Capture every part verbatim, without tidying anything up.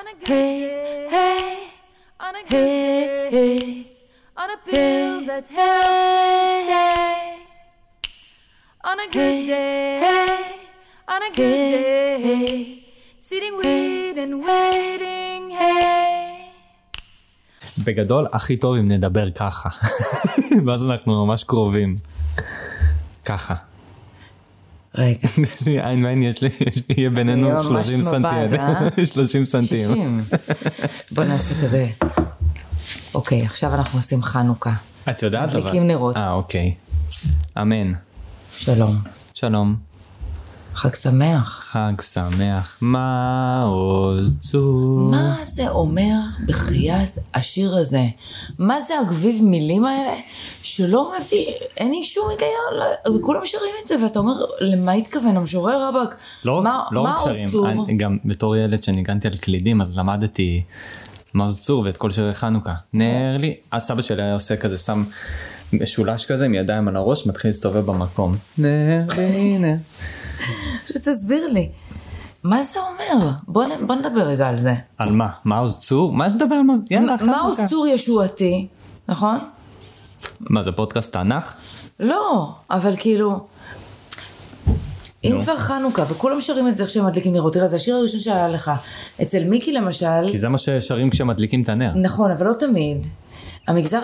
Hey, hey, on a good hey, day, on a pill that helps me stay. On a good day, hey, on a good day, sitting with and waiting, hey. בגדול, הכי טוב אם נדבר ככה. ואז אנחנו ממש קרובים. ככה. רגע. אין מעין, יש לי, יהיה בינינו שלושים סנטים. שלושים סנטים. שישים. בוא נעשה כזה. אוקיי, עכשיו אנחנו עושים חנוכה. את יודעת אבל? מדליקים נרות. אה, אוקיי. אמן. שלום. שלום. חג שמח. חג שמח. מעוז צור. מה זה אומר בחיית השיר הזה? מה זה הגביב מילים האלה? שלא מביא, אין לי שום היגיון, וכולם שרים את זה, ואתה אומר, למה התכוון? המשורר רבק? לא, מה, לא מה רק שרים. צור? אני, גם בתור ילד שניגנתי על קלידים, אז למדתי מעוז צור ואת כל שירי חנוכה. נר לי, הסבא שלי היה עושה כזה, שם משולש כזה, עם ידיים על הראש, מתחיל להסתובב במקום. נר לי, נר. שתסביר לי, מה זה אומר? בוא, בוא נדבר רגע על זה. על מה? מעוז צור? מה שדבר על מעוז? יאללה, חנוכה. מעוז צור ישועתי, נכון? מה, זה פודקאסט תנ"ך? לא, אבל כאילו, אם כבר חנוכה, וכולם שרים את זה כשהם מדליקים נרות, תראה, זה השיר הראשון שעלה לך. אצל מיקי למשל... כי זה מה ששרים כשמדליקים את הנר. נכון, אבל לא תמיד. המגזר...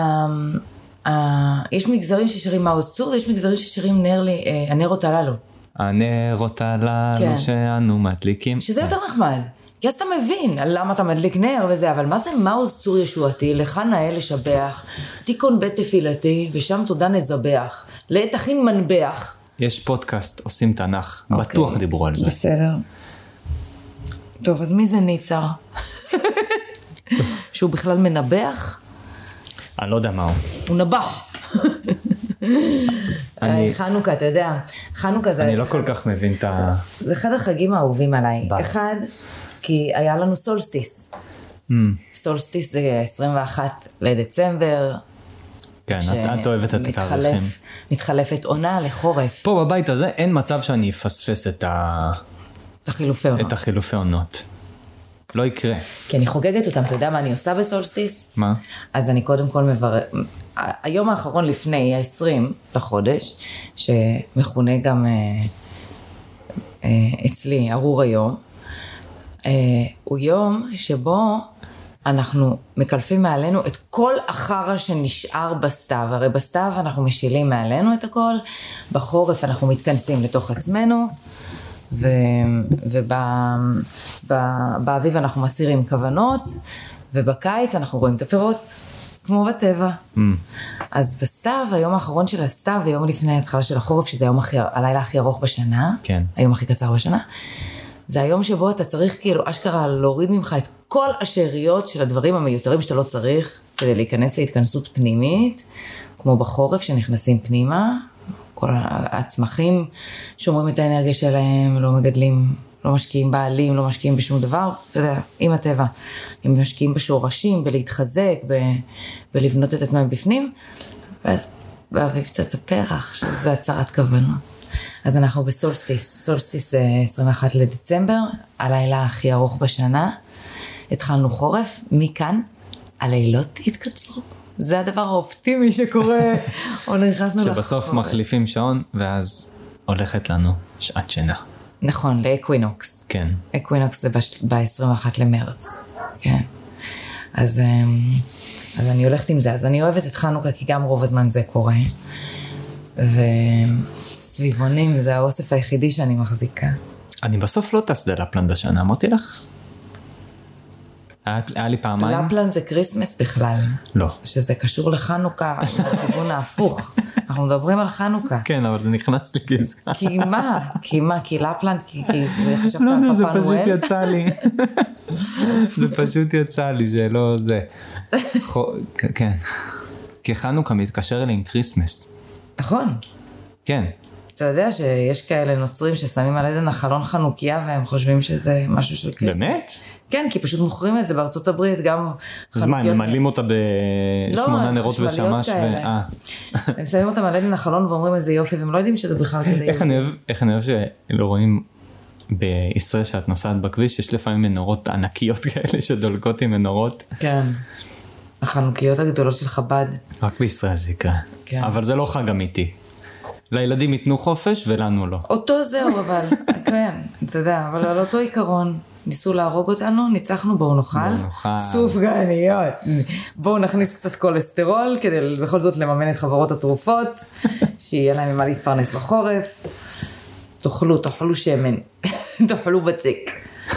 יש מגזרים ששרים מעוז צור, ויש מגזרים ששרים נר לי, הנרות הללו. הנרות הללו שאנו מדליקים. שזה יותר נחמד. כי אז אתה מבין על למה אתה מדליק נר וזה, אבל מה זה מעוז צור ישועתי? לך נאה לשבח, תיקון בית תפילתי, ושם תודה נזבח. לעת הכין מנבח. יש פודקאסט, עושים תנ"ך. בטוח דיברו על זה. בסדר. טוב, אז מי זה ניצר? שהוא בכלל מנבח? אני לא יודע מה הוא. הוא נבח. חנוכה, אתה יודע, חנוכה זה... אני לא כל כך מבין את ה... זה אחד החגים האהובים עליי. אחד, כי היה לנו סולסטיס. סולסטיס זה עשרים ואחד לדצמבר. כן, את אוהבת את התאריכים. מתחלפת עונה לחורף. פה בבית הזה אין מצב שאני אפספס את ה... החילופי עונות. את החילופי עונות. לא יקרה. כי אני חוגגת אותם, אתה יודע מה אני עושה בסולסטיס? מה? אז אני קודם כל מברר... היום האחרון לפני, ה-עשרים לחודש, שמכונה גם אה, אה, אצלי, ארור היום, אה, הוא יום שבו אנחנו מקלפים מעלינו את כל החרא שנשאר בסתיו. הרי בסתיו אנחנו משילים מעלינו את הכל, בחורף אנחנו מתכנסים לתוך עצמנו, ובאביב אנחנו מצירים כוונות, ובקיץ אנחנו רואים את הפירות, כמו בטבע. Mm. אז בסתיו, היום האחרון של הסתיו, ויום לפני ההתחלה של החורף, שזה היום הכי, הלילה הכי ארוך בשנה, כן. היום הכי קצר בשנה, זה היום שבו אתה צריך כאילו אשכרה להוריד ממך את כל השאריות של הדברים המיותרים שאתה לא צריך, כדי להיכנס להתכנסות פנימית, כמו בחורף שנכנסים פנימה, כל הצמחים שומרים את האנרגיה שלהם, לא מגדלים, לא משקיעים בעלים, לא משקיעים בשום דבר, אתה יודע, עם הטבע. הם משקיעים בשורשים, בלהתחזק, ב, בלבנות את עצמם בפנים, ואז באביב צץ הפרח, שזה הצהרת כוונות. אז אנחנו בסולסטיס, סולסטיס זה עשרים ואחד לדצמבר, הלילה הכי ארוך בשנה, התחלנו חורף, מכאן הלילות התקצרו. זה הדבר האופטימי שקורה, או נכנסנו לחורף. שבסוף מחליפים שעון, ואז הולכת לנו שעת שינה. נכון, לאקווינוקס. כן. אקווינוקס זה ב-עשרים ואחד למרץ. כן. אז, אז אני הולכת עם זה. אז אני אוהבת את חנוכה, כי גם רוב הזמן זה קורה. וסביבונים, זה האוסף היחידי שאני מחזיקה. אני בסוף לא טס ללפלנד השנה, אמרתי לך? היה, היה לי פעמיים. לפלנד זה קריסמס בכלל. לא. שזה קשור לחנוכה, בכיוון ההפוך. אנחנו מדברים על חנוכה. כן, אבל זה נכנס לי כעסקה. כי מה? כי מה? כי לפלנד? כי חשבת לא, על לא, זה פאפה פשוט נואל? יצא לי. זה פשוט יצא לי, שלא זה. כן. כי חנוכה מתקשר אלי עם קריסמס. נכון. כן. אתה יודע שיש כאלה נוצרים ששמים על עדן החלון חנוכיה, והם חושבים שזה משהו של קריסמס. באמת? כן, כי פשוט מוכרים את זה בארצות הברית, גם אז מה, הם ממלאים אותה בשמונה נרות חשמליות ושמש? כאלה. הם שמים אותם על עדן החלון ואומרים איזה יופי, והם לא יודעים שזה בכלל כדי... איך אני אוהב, איך אני אוהב שלא רואים בישראל שאת נוסעת בכביש, יש לפעמים מנורות ענקיות כאלה שדולקות עם מנורות. כן. החנוכיות הגדולות של חב"ד. רק בישראל זה יקרה. כן. אבל זה לא חג אמיתי. לילדים ייתנו חופש ולנו לא. אותו זהו, אבל, כן, אתה יודע, אבל על אותו עיקרון, ניסו להרוג אותנו, ניצחנו, בואו נאכל. בואו נאכל. סופגניות. בואו נכניס קצת קולסטרול, כדי בכל זאת לממן את חברות התרופות, שיהיה להם ממה להתפרנס בחורף. תאכלו, תאכלו שמן, תאכלו בצק.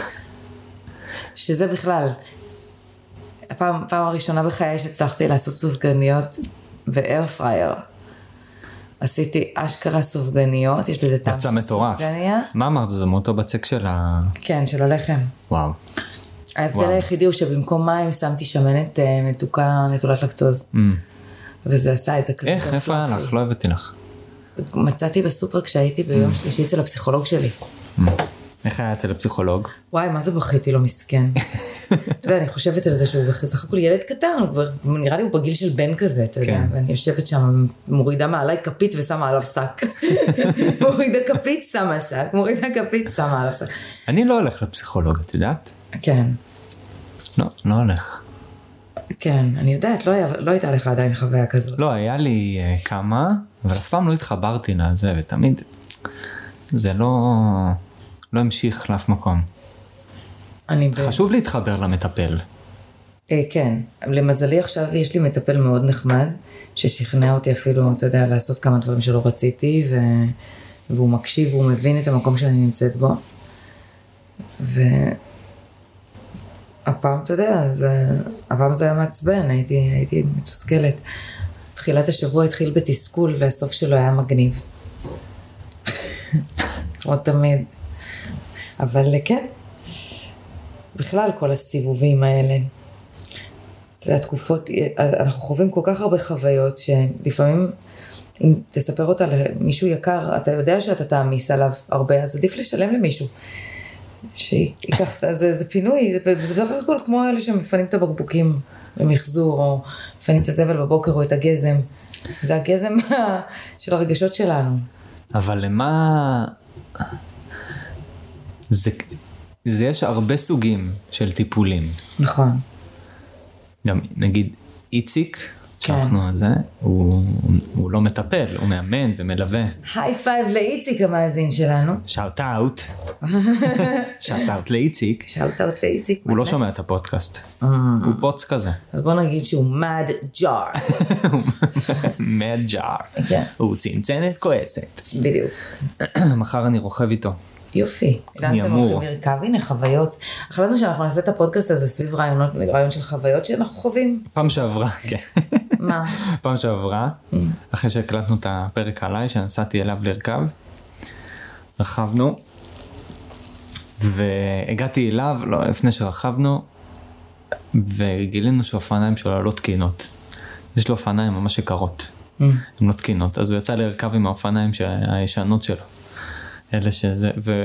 שזה בכלל, הפעם, הפעם הראשונה בחיי שהצלחתי לעשות סופגניות ואיר פרייר. עשיתי אשכרה סופגניות, יש לזה טעם יצא מטורף. סופגניה. מה אמרת? זה מאותו בצק של ה... כן, של הלחם. וואו. ההבדל וואו. היחידי הוא שבמקום מים שמתי שמנת אה, מתוקה נטולת לקטוז. Mm. וזה עשה את זה כזה. איך? איפה היה לך? לא הבאתי לך. מצאתי בסופר כשהייתי ביום שלישי אצל הפסיכולוג שלי. Mm. איך היה אצל הפסיכולוג? וואי, מה זה בכיתי לו מסכן. אתה יודע, אני חושבת על זה שהוא בסך הכל ילד קטן, הוא כבר, נראה לי הוא בגיל של בן כזה, אתה יודע, ואני יושבת שם, מורידה מעליי כפית ושמה עליו שק. מורידה כפית, שמה שק, מורידה כפית, שמה עליו שק. אני לא הולך לפסיכולוג, את יודעת? כן. לא, לא הולך. כן, אני יודעת, לא, היה, לא הייתה לך עדיין חוויה כזאת. לא, היה לי uh, כמה, אבל אף פעם לא התחברתי לזה, ותמיד זה לא, לא המשיך לאף מקום. אני חשוב ב... להתחבר למטפל. אה, כן, למזלי עכשיו יש לי מטפל מאוד נחמד, ששכנע אותי אפילו, אתה יודע, לעשות כמה דברים שלא רציתי, ו... והוא מקשיב, והוא מבין את המקום שאני נמצאת בו. והפעם, אתה יודע, זה... הפעם זה היה מעצבן, הייתי, הייתי מתוסכלת. תחילת השבוע התחיל בתסכול, והסוף שלו היה מגניב. כמו תמיד. אבל כן, בכלל כל הסיבובים האלה, התקופות, אנחנו חווים כל כך הרבה חוויות, שלפעמים, אם תספר אותה למישהו יקר, אתה יודע שאתה תעמיס עליו הרבה, אז עדיף לשלם למישהו. שיקח, זה, זה פינוי, זה בדרך כלל כמו אלה שמפנים את הבקבוקים למחזור, או מפנים את הזבל בבוקר, או את הגזם. זה הגזם של הרגשות שלנו. אבל למה... זה, זה יש הרבה סוגים של טיפולים. נכון. גם נגיד איציק, שאנחנו זה, הוא, הוא לא מטפל, הוא מאמן ומלווה. היי פייב לאיציק המאזין שלנו. שאוט אאוט. שאוט אאוט לאיציק. שאוט אאוט לאיציק. הוא לא שומע את הפודקאסט. הוא פוץ כזה. אז בוא נגיד שהוא מד ג'אר. מד ג'אר. הוא צנצנת כועסת. בדיוק. מחר אני רוכב איתו. יופי. אני אמור. הולכים לרכב, הנה חוויות. החלטנו שאנחנו נעשה את הפודקאסט הזה סביב רעיונות, רעיון של חוויות שאנחנו חווים. פעם שעברה, כן. מה? פעם שעברה, אחרי שהקלטנו את הפרק עליי, שנסעתי אליו לרכב, רכבנו, והגעתי אליו, לא, לפני שרכבנו, וגילינו שהאופניים שלו לא תקינות. יש לו אופניים ממש יקרות. הן לא תקינות, אז הוא יצא לרכב עם האופניים הישנות שלו. אלה שזה, ו...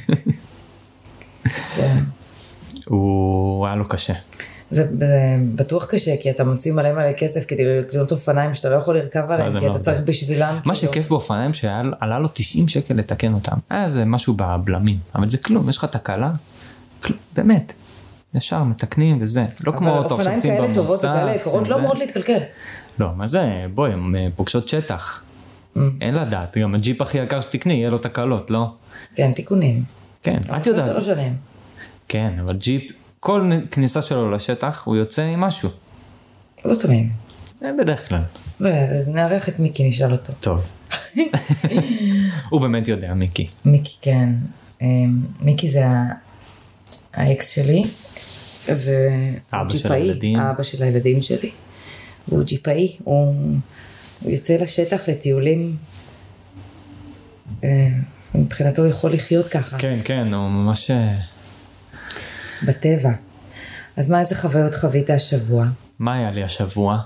כן. הוא היה לו קשה. זה בטוח קשה, כי אתה מוציא מלא מלא כסף כדי לקנות אופניים שאתה לא יכול לרכב עליהם, כי אתה צריך בשבילם. מה שכיף באופניים שעלה לו תשעים שקל לתקן אותם. היה זה משהו בבלמים, אבל זה כלום, יש לך תקלה, באמת. ישר מתקנים וזה, לא כמו אותו שעושים במוסע. אופניים כאלה טובות וכאלה, עקרות לא אמורות להתקלקל. לא, מה זה? בואי, הם פוגשות שטח. אין לדעת, גם הג'יפ הכי יקר שתקני, יהיה לו תקלות, לא? כן, תיקונים. כן, את יודעת. שלוש שנים. כן, אבל ג'יפ, כל כניסה שלו לשטח, הוא יוצא עם משהו. לא תמיד. בדרך כלל. לא, נערך את מיקי, נשאל אותו. טוב. הוא באמת יודע, מיקי. מיקי, כן. מיקי זה האקס שלי, אבא של הילדים. אבא של הילדים שלי. והוא ג'יפאי, הוא... הוא יוצא לשטח לטיולים, מבחינתו הוא יכול לחיות ככה. כן, כן, הוא ממש... בטבע. אז מה איזה חוויות חווית השבוע? מה היה לי השבוע?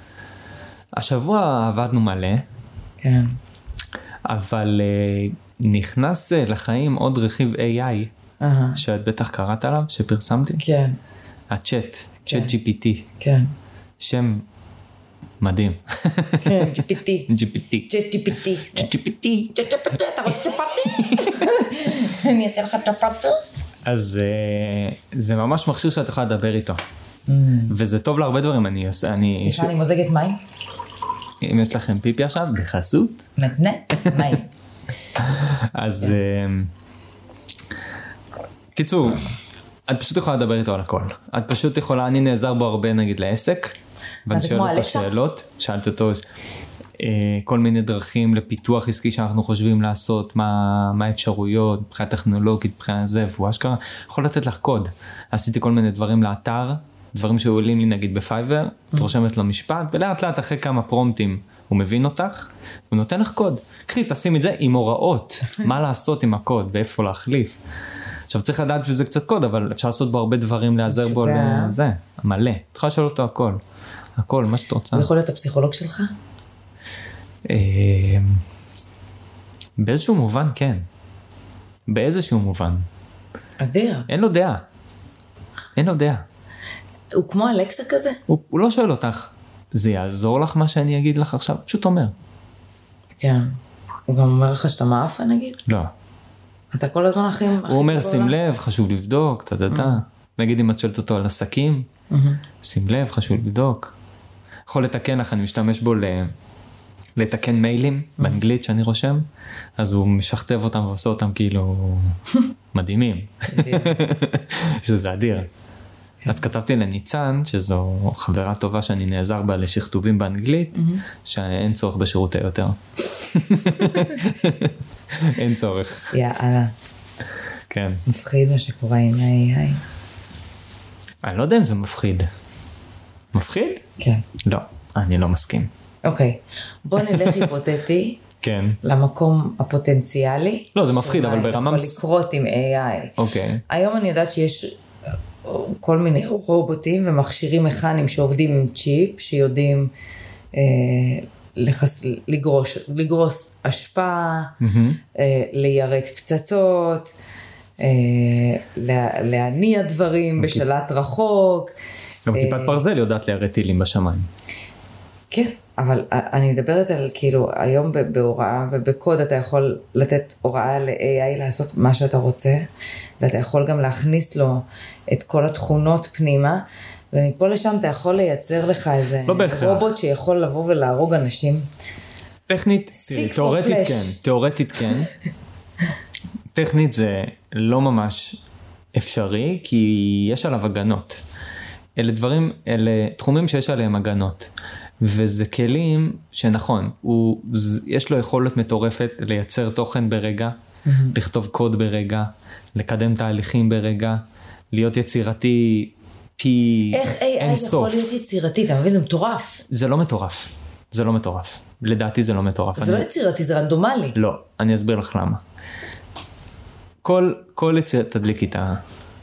השבוע עבדנו מלא. כן. אבל uh, נכנס uh, לחיים עוד רכיב איי איי, uh-huh. שאת בטח קראת עליו, שפרסמתי. כן. הצ'אט, צ'אט ג'י פי טי. כן. שם... מדהים. כן, ג'י פי טי. ג'י פי טי. ג'י פי טי. ג'י פי טי. ג'י פי טי. אתה רוצה צ'פטי? אני אתן לך צ'פטו? אז זה ממש מכשיר שאת יכולה לדבר איתו. וזה טוב להרבה דברים, אני עושה, אני... סליחה, אני מוזגת מים. אם יש לכם פיפי עכשיו, בחסות. מתנה, מים. אז... קיצור, את פשוט יכולה לדבר איתו על הכל. את פשוט יכולה, אני נעזר בו הרבה נגיד לעסק. ואני שואל אותו שאלות, שאלת אותו כל מיני דרכים לפיתוח עסקי שאנחנו חושבים לעשות, מה האפשרויות, מבחינה טכנולוגית, מבחינה זה, והוא אשכרה יכול לתת לך קוד. עשיתי כל מיני דברים לאתר, דברים שעולים לי נגיד בפייבר, את רושמת לו משפט, ולאט לאט אחרי כמה פרומטים הוא מבין אותך, הוא נותן לך קוד. קחי, תשים את זה עם הוראות, מה לעשות עם הקוד, ואיפה להחליף. עכשיו צריך לדעת שזה קצת קוד, אבל אפשר לעשות בו הרבה דברים, להיעזר בו לזה, מלא. את יכולה לשאול אותו הכל, הכל, מה שאת רוצה. הוא יכול להיות הפסיכולוג שלך? באיזשהו מובן כן. באיזשהו מובן. אדיר. אין לו דעה. אין לו דעה. הוא כמו אלכסה כזה? הוא, הוא לא שואל אותך, זה יעזור לך מה שאני אגיד לך עכשיו? פשוט אומר. כן. הוא גם אומר לך שאתה מאפה נגיד? לא. אתה כל הזמן הכי... הוא אומר שים לב, חשוב לבדוק, תדעתה. נגיד אם את שואלת אותו על עסקים, שים לב, חשוב לבדוק. יכול לתקן לך, אני משתמש בו ל... לתקן מיילים באנגלית שאני רושם, אז הוא משכתב אותם ועושה אותם כאילו מדהימים. שזה אדיר. אז כתבתי לניצן, שזו חברה טובה שאני נעזר בה לשכתובים באנגלית, שאין צורך בשירותי יותר. אין צורך. יאללה. כן. מפחיד מה שקורה עם ה-איי איי. אני לא יודע אם זה מפחיד. מפחיד? כן. לא, אני לא מסכים. אוקיי, בוא נלך היפותטי. כן. למקום הפוטנציאלי. לא, זה מפחיד, אבל ברמה... יכול לקרות עם איי איי. אוקיי. היום אני יודעת שיש כל מיני רובוטים ומכשירים מכניים שעובדים עם צ'יפ, שיודעים אה, לחס... לגרוש, לגרוס השפעה, mm-hmm. אה, ליירט פצצות, אה, לה... להניע דברים okay. בשלט רחוק. גם כיפת אה... ברזל יודעת ליירט טילים בשמיים. כן. אבל אני מדברת על כאילו היום בהוראה ובקוד אתה יכול לתת הוראה ל-איי איי לעשות מה שאתה רוצה, ואתה יכול גם להכניס לו את כל התכונות פנימה, ומפה לשם אתה יכול לייצר לך איזה לא רובוט שיכול לבוא ולהרוג אנשים. טכנית, תראי, תיאורטית כן, תיאורטית כן. טכנית זה לא ממש אפשרי, כי יש עליו הגנות. אלה דברים, אלה תחומים שיש עליהם הגנות. וזה כלים שנכון, הוא, יש לו יכולת מטורפת לייצר תוכן ברגע, mm-hmm. לכתוב קוד ברגע, לקדם תהליכים ברגע, להיות יצירתי פי אין סוף. איך איי איי יכול להיות יצירתי? אתה מבין? זה מטורף. זה לא מטורף. זה לא מטורף. לדעתי זה לא מטורף. זה אני... לא יצירתי, זה רנדומלי. לא, אני אסביר לך למה. כל, כל יציר... תדליק איתה.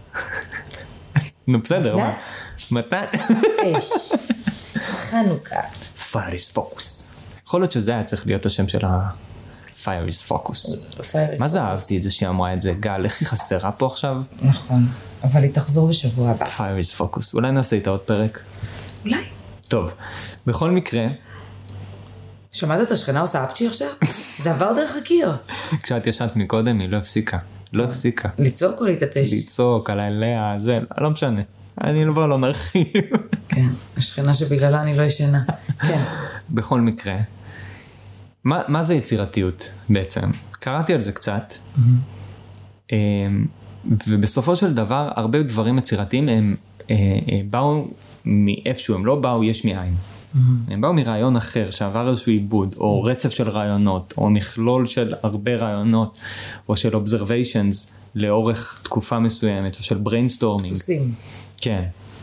נו בסדר, מה? מתן? אש. חנוכה. Fire is focus. יכול להיות שזה היה צריך להיות השם של ה... Fire is focus. מה זה אהבתי את זה שהיא אמרה את זה? גל, איך היא חסרה פה עכשיו? נכון, אבל היא תחזור בשבוע הבא. Fire is focus. אולי נעשה איתה עוד פרק? אולי. טוב, בכל מקרה... שמעת את השכנה עושה אפצ'י עכשיו? זה עבר דרך הקיר. כשאת ישנת מקודם היא לא הפסיקה. לא הפסיקה. לצעוק או להתעטש? לצעוק, על העליה, זה, לא משנה. אני לא, לא נרחיב. כן, השכנה שבגללה אני לא ישנה. כן. בכל מקרה, מה, מה זה יצירתיות בעצם? קראתי על זה קצת, mm-hmm. ובסופו של דבר, הרבה דברים יצירתיים הם באו מאיפשהו, הם לא באו יש מאין. Mm-hmm. הם באו מרעיון אחר, שעבר איזשהו עיבוד, או רצף של רעיונות, או מכלול של הרבה רעיונות, או של observations לאורך תקופה מסוימת, או של brainstorming. דפוסים. כן.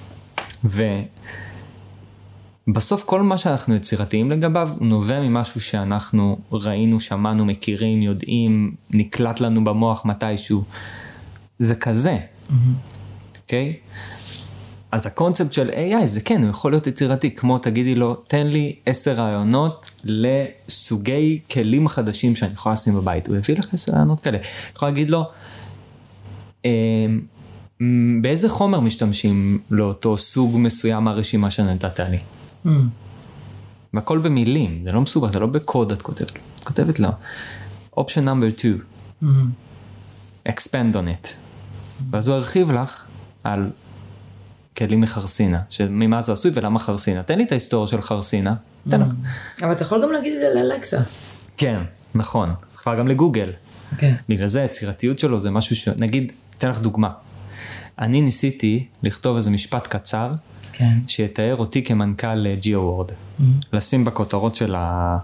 ובסוף כל מה שאנחנו יצירתיים לגביו, הוא נובע ממשהו שאנחנו ראינו, שמענו, מכירים, יודעים, נקלט לנו במוח מתישהו. זה כזה. אוקיי? Mm-hmm. Okay? אז הקונספט של איי איי זה כן, הוא יכול להיות יצירתי, כמו תגידי לו, תן לי עשר רעיונות לסוגי כלים חדשים שאני יכולה לשים בבית. הוא יביא לך עשר רעיונות כאלה. יכול להגיד לו, באיזה חומר משתמשים לאותו סוג מסוים מהרשימה שנתת לי? Mm. והכל במילים, זה לא מסובך, זה לא בקוד את כותבת. את כותבת לו, option number two. Mm-hmm. expand on it. ואז הוא הרחיב לך על כלים מחרסינה, ממה זה עשוי ולמה חרסינה. תן לי את ההיסטוריה של חרסינה, תן לך. אבל אתה יכול גם להגיד את זה לאלקסה. כן, נכון. כבר גם לגוגל. כן. בגלל זה היצירתיות שלו זה משהו ש... נגיד, תן לך דוגמה. אני ניסיתי לכתוב איזה משפט קצר, כן. שיתאר אותי כמנכ"ל GeoWorld. Mm-hmm. לשים בכותרות של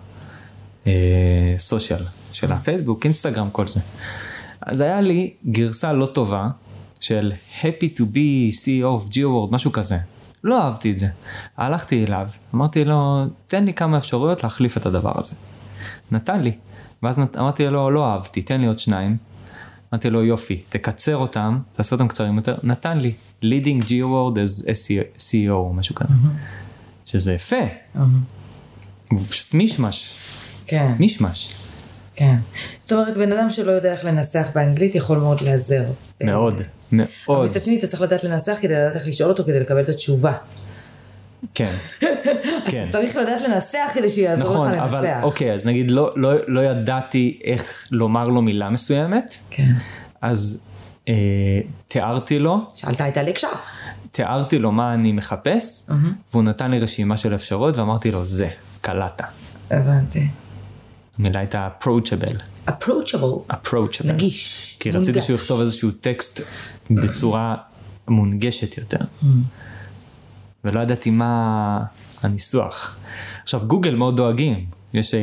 הסושיאל, של הפייסבוק, אינסטגרם, כל זה. אז היה לי גרסה לא טובה, של happy to be סי אי או of GeoWorld, משהו כזה. לא אהבתי את זה. הלכתי אליו, אמרתי לו, תן לי כמה אפשרויות להחליף את הדבר הזה. נתן לי. ואז אמרתי לו, לא אהבתי, תן לי עוד שניים. אמרתי לו, יופי, תקצר אותם, תעשה אותם קצרים יותר. נתן לי, leading GeoWorld as סי אי או, משהו כזה. שזה יפה. הוא פשוט מישמש. כן. מישמש. כן. זאת אומרת, בן אדם שלא יודע איך לנסח באנגלית, יכול מאוד לעזר. מאוד, מאוד. אבל מצד שני, אתה צריך לדעת לנסח כדי לדעת איך לשאול אותו, כדי לקבל את התשובה. כן. אז צריך לדעת לנסח כדי שיעזור לך לנסח. נכון, אבל אוקיי, אז נגיד לא, לא, לא ידעתי איך לומר לו מילה מסוימת. כן. אז אה, תיארתי לו. שאלת את אלקשה. תיארתי לו מה אני מחפש, mm-hmm. והוא נתן לי רשימה של אפשרויות, ואמרתי לו, זה, קלטה. הבנתי. המילה הייתה approachable. approachable. approachable. נגיש. כי רציתי מונגש. שהוא יכתוב איזשהו טקסט בצורה מונגשת יותר. Mm-hmm. ולא ידעתי מה הניסוח. עכשיו, גוגל מאוד דואגים. יש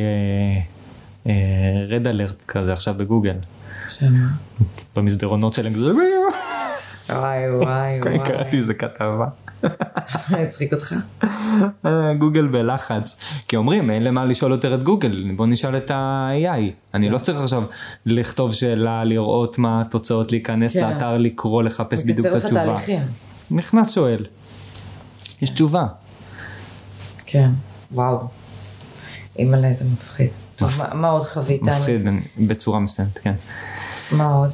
רד אלרט כזה עכשיו בגוגל. שמה? במסדרונות שלהם. וואי וואי וואי. קראתי איזה כתבה. הצחיק אותך? גוגל בלחץ. כי אומרים, אין למה לשאול יותר את גוגל. בוא נשאל את ה-איי איי. אני לא צריך עכשיו לכתוב שאלה, לראות מה התוצאות, להיכנס לאתר, לקרוא, לחפש בדיוק את התשובה. מקצר לך תהליכים. נכנס שואל. יש תשובה. כן, וואו. אימא'לה, זה מפחיד. מה עוד חווית? מפחיד בצורה מסוימת, כן. מה עוד?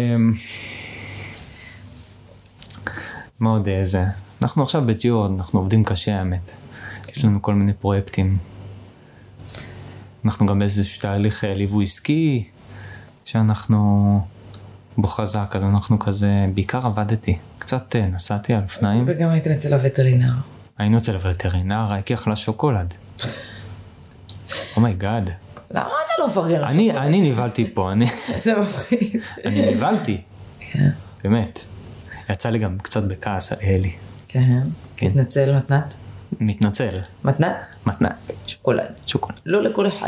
מה עוד זה? אנחנו עכשיו ב-GeoWorld, אנחנו עובדים קשה, האמת. יש לנו כל מיני פרויקטים. אנחנו גם באיזשהו תהליך ליווי עסקי, שאנחנו בו חזק, אז אנחנו כזה, בעיקר עבדתי. קצת נסעתי על אופניים. וגם הייתם אצל הווטרינר. היינו אצל הווטרינר, הייתי אכלה שוקולד. אומייגאד. למה אתה לא מפרגן לך? אני נבלתי פה, אני... זה מפחיד. אני נבלתי. כן. באמת. יצא לי גם קצת בכעס על אלי. כן. מתנצל מתנת? מתנצל. מתנת? מתנת. שוקולד. שוקולד. לא לכל אחד.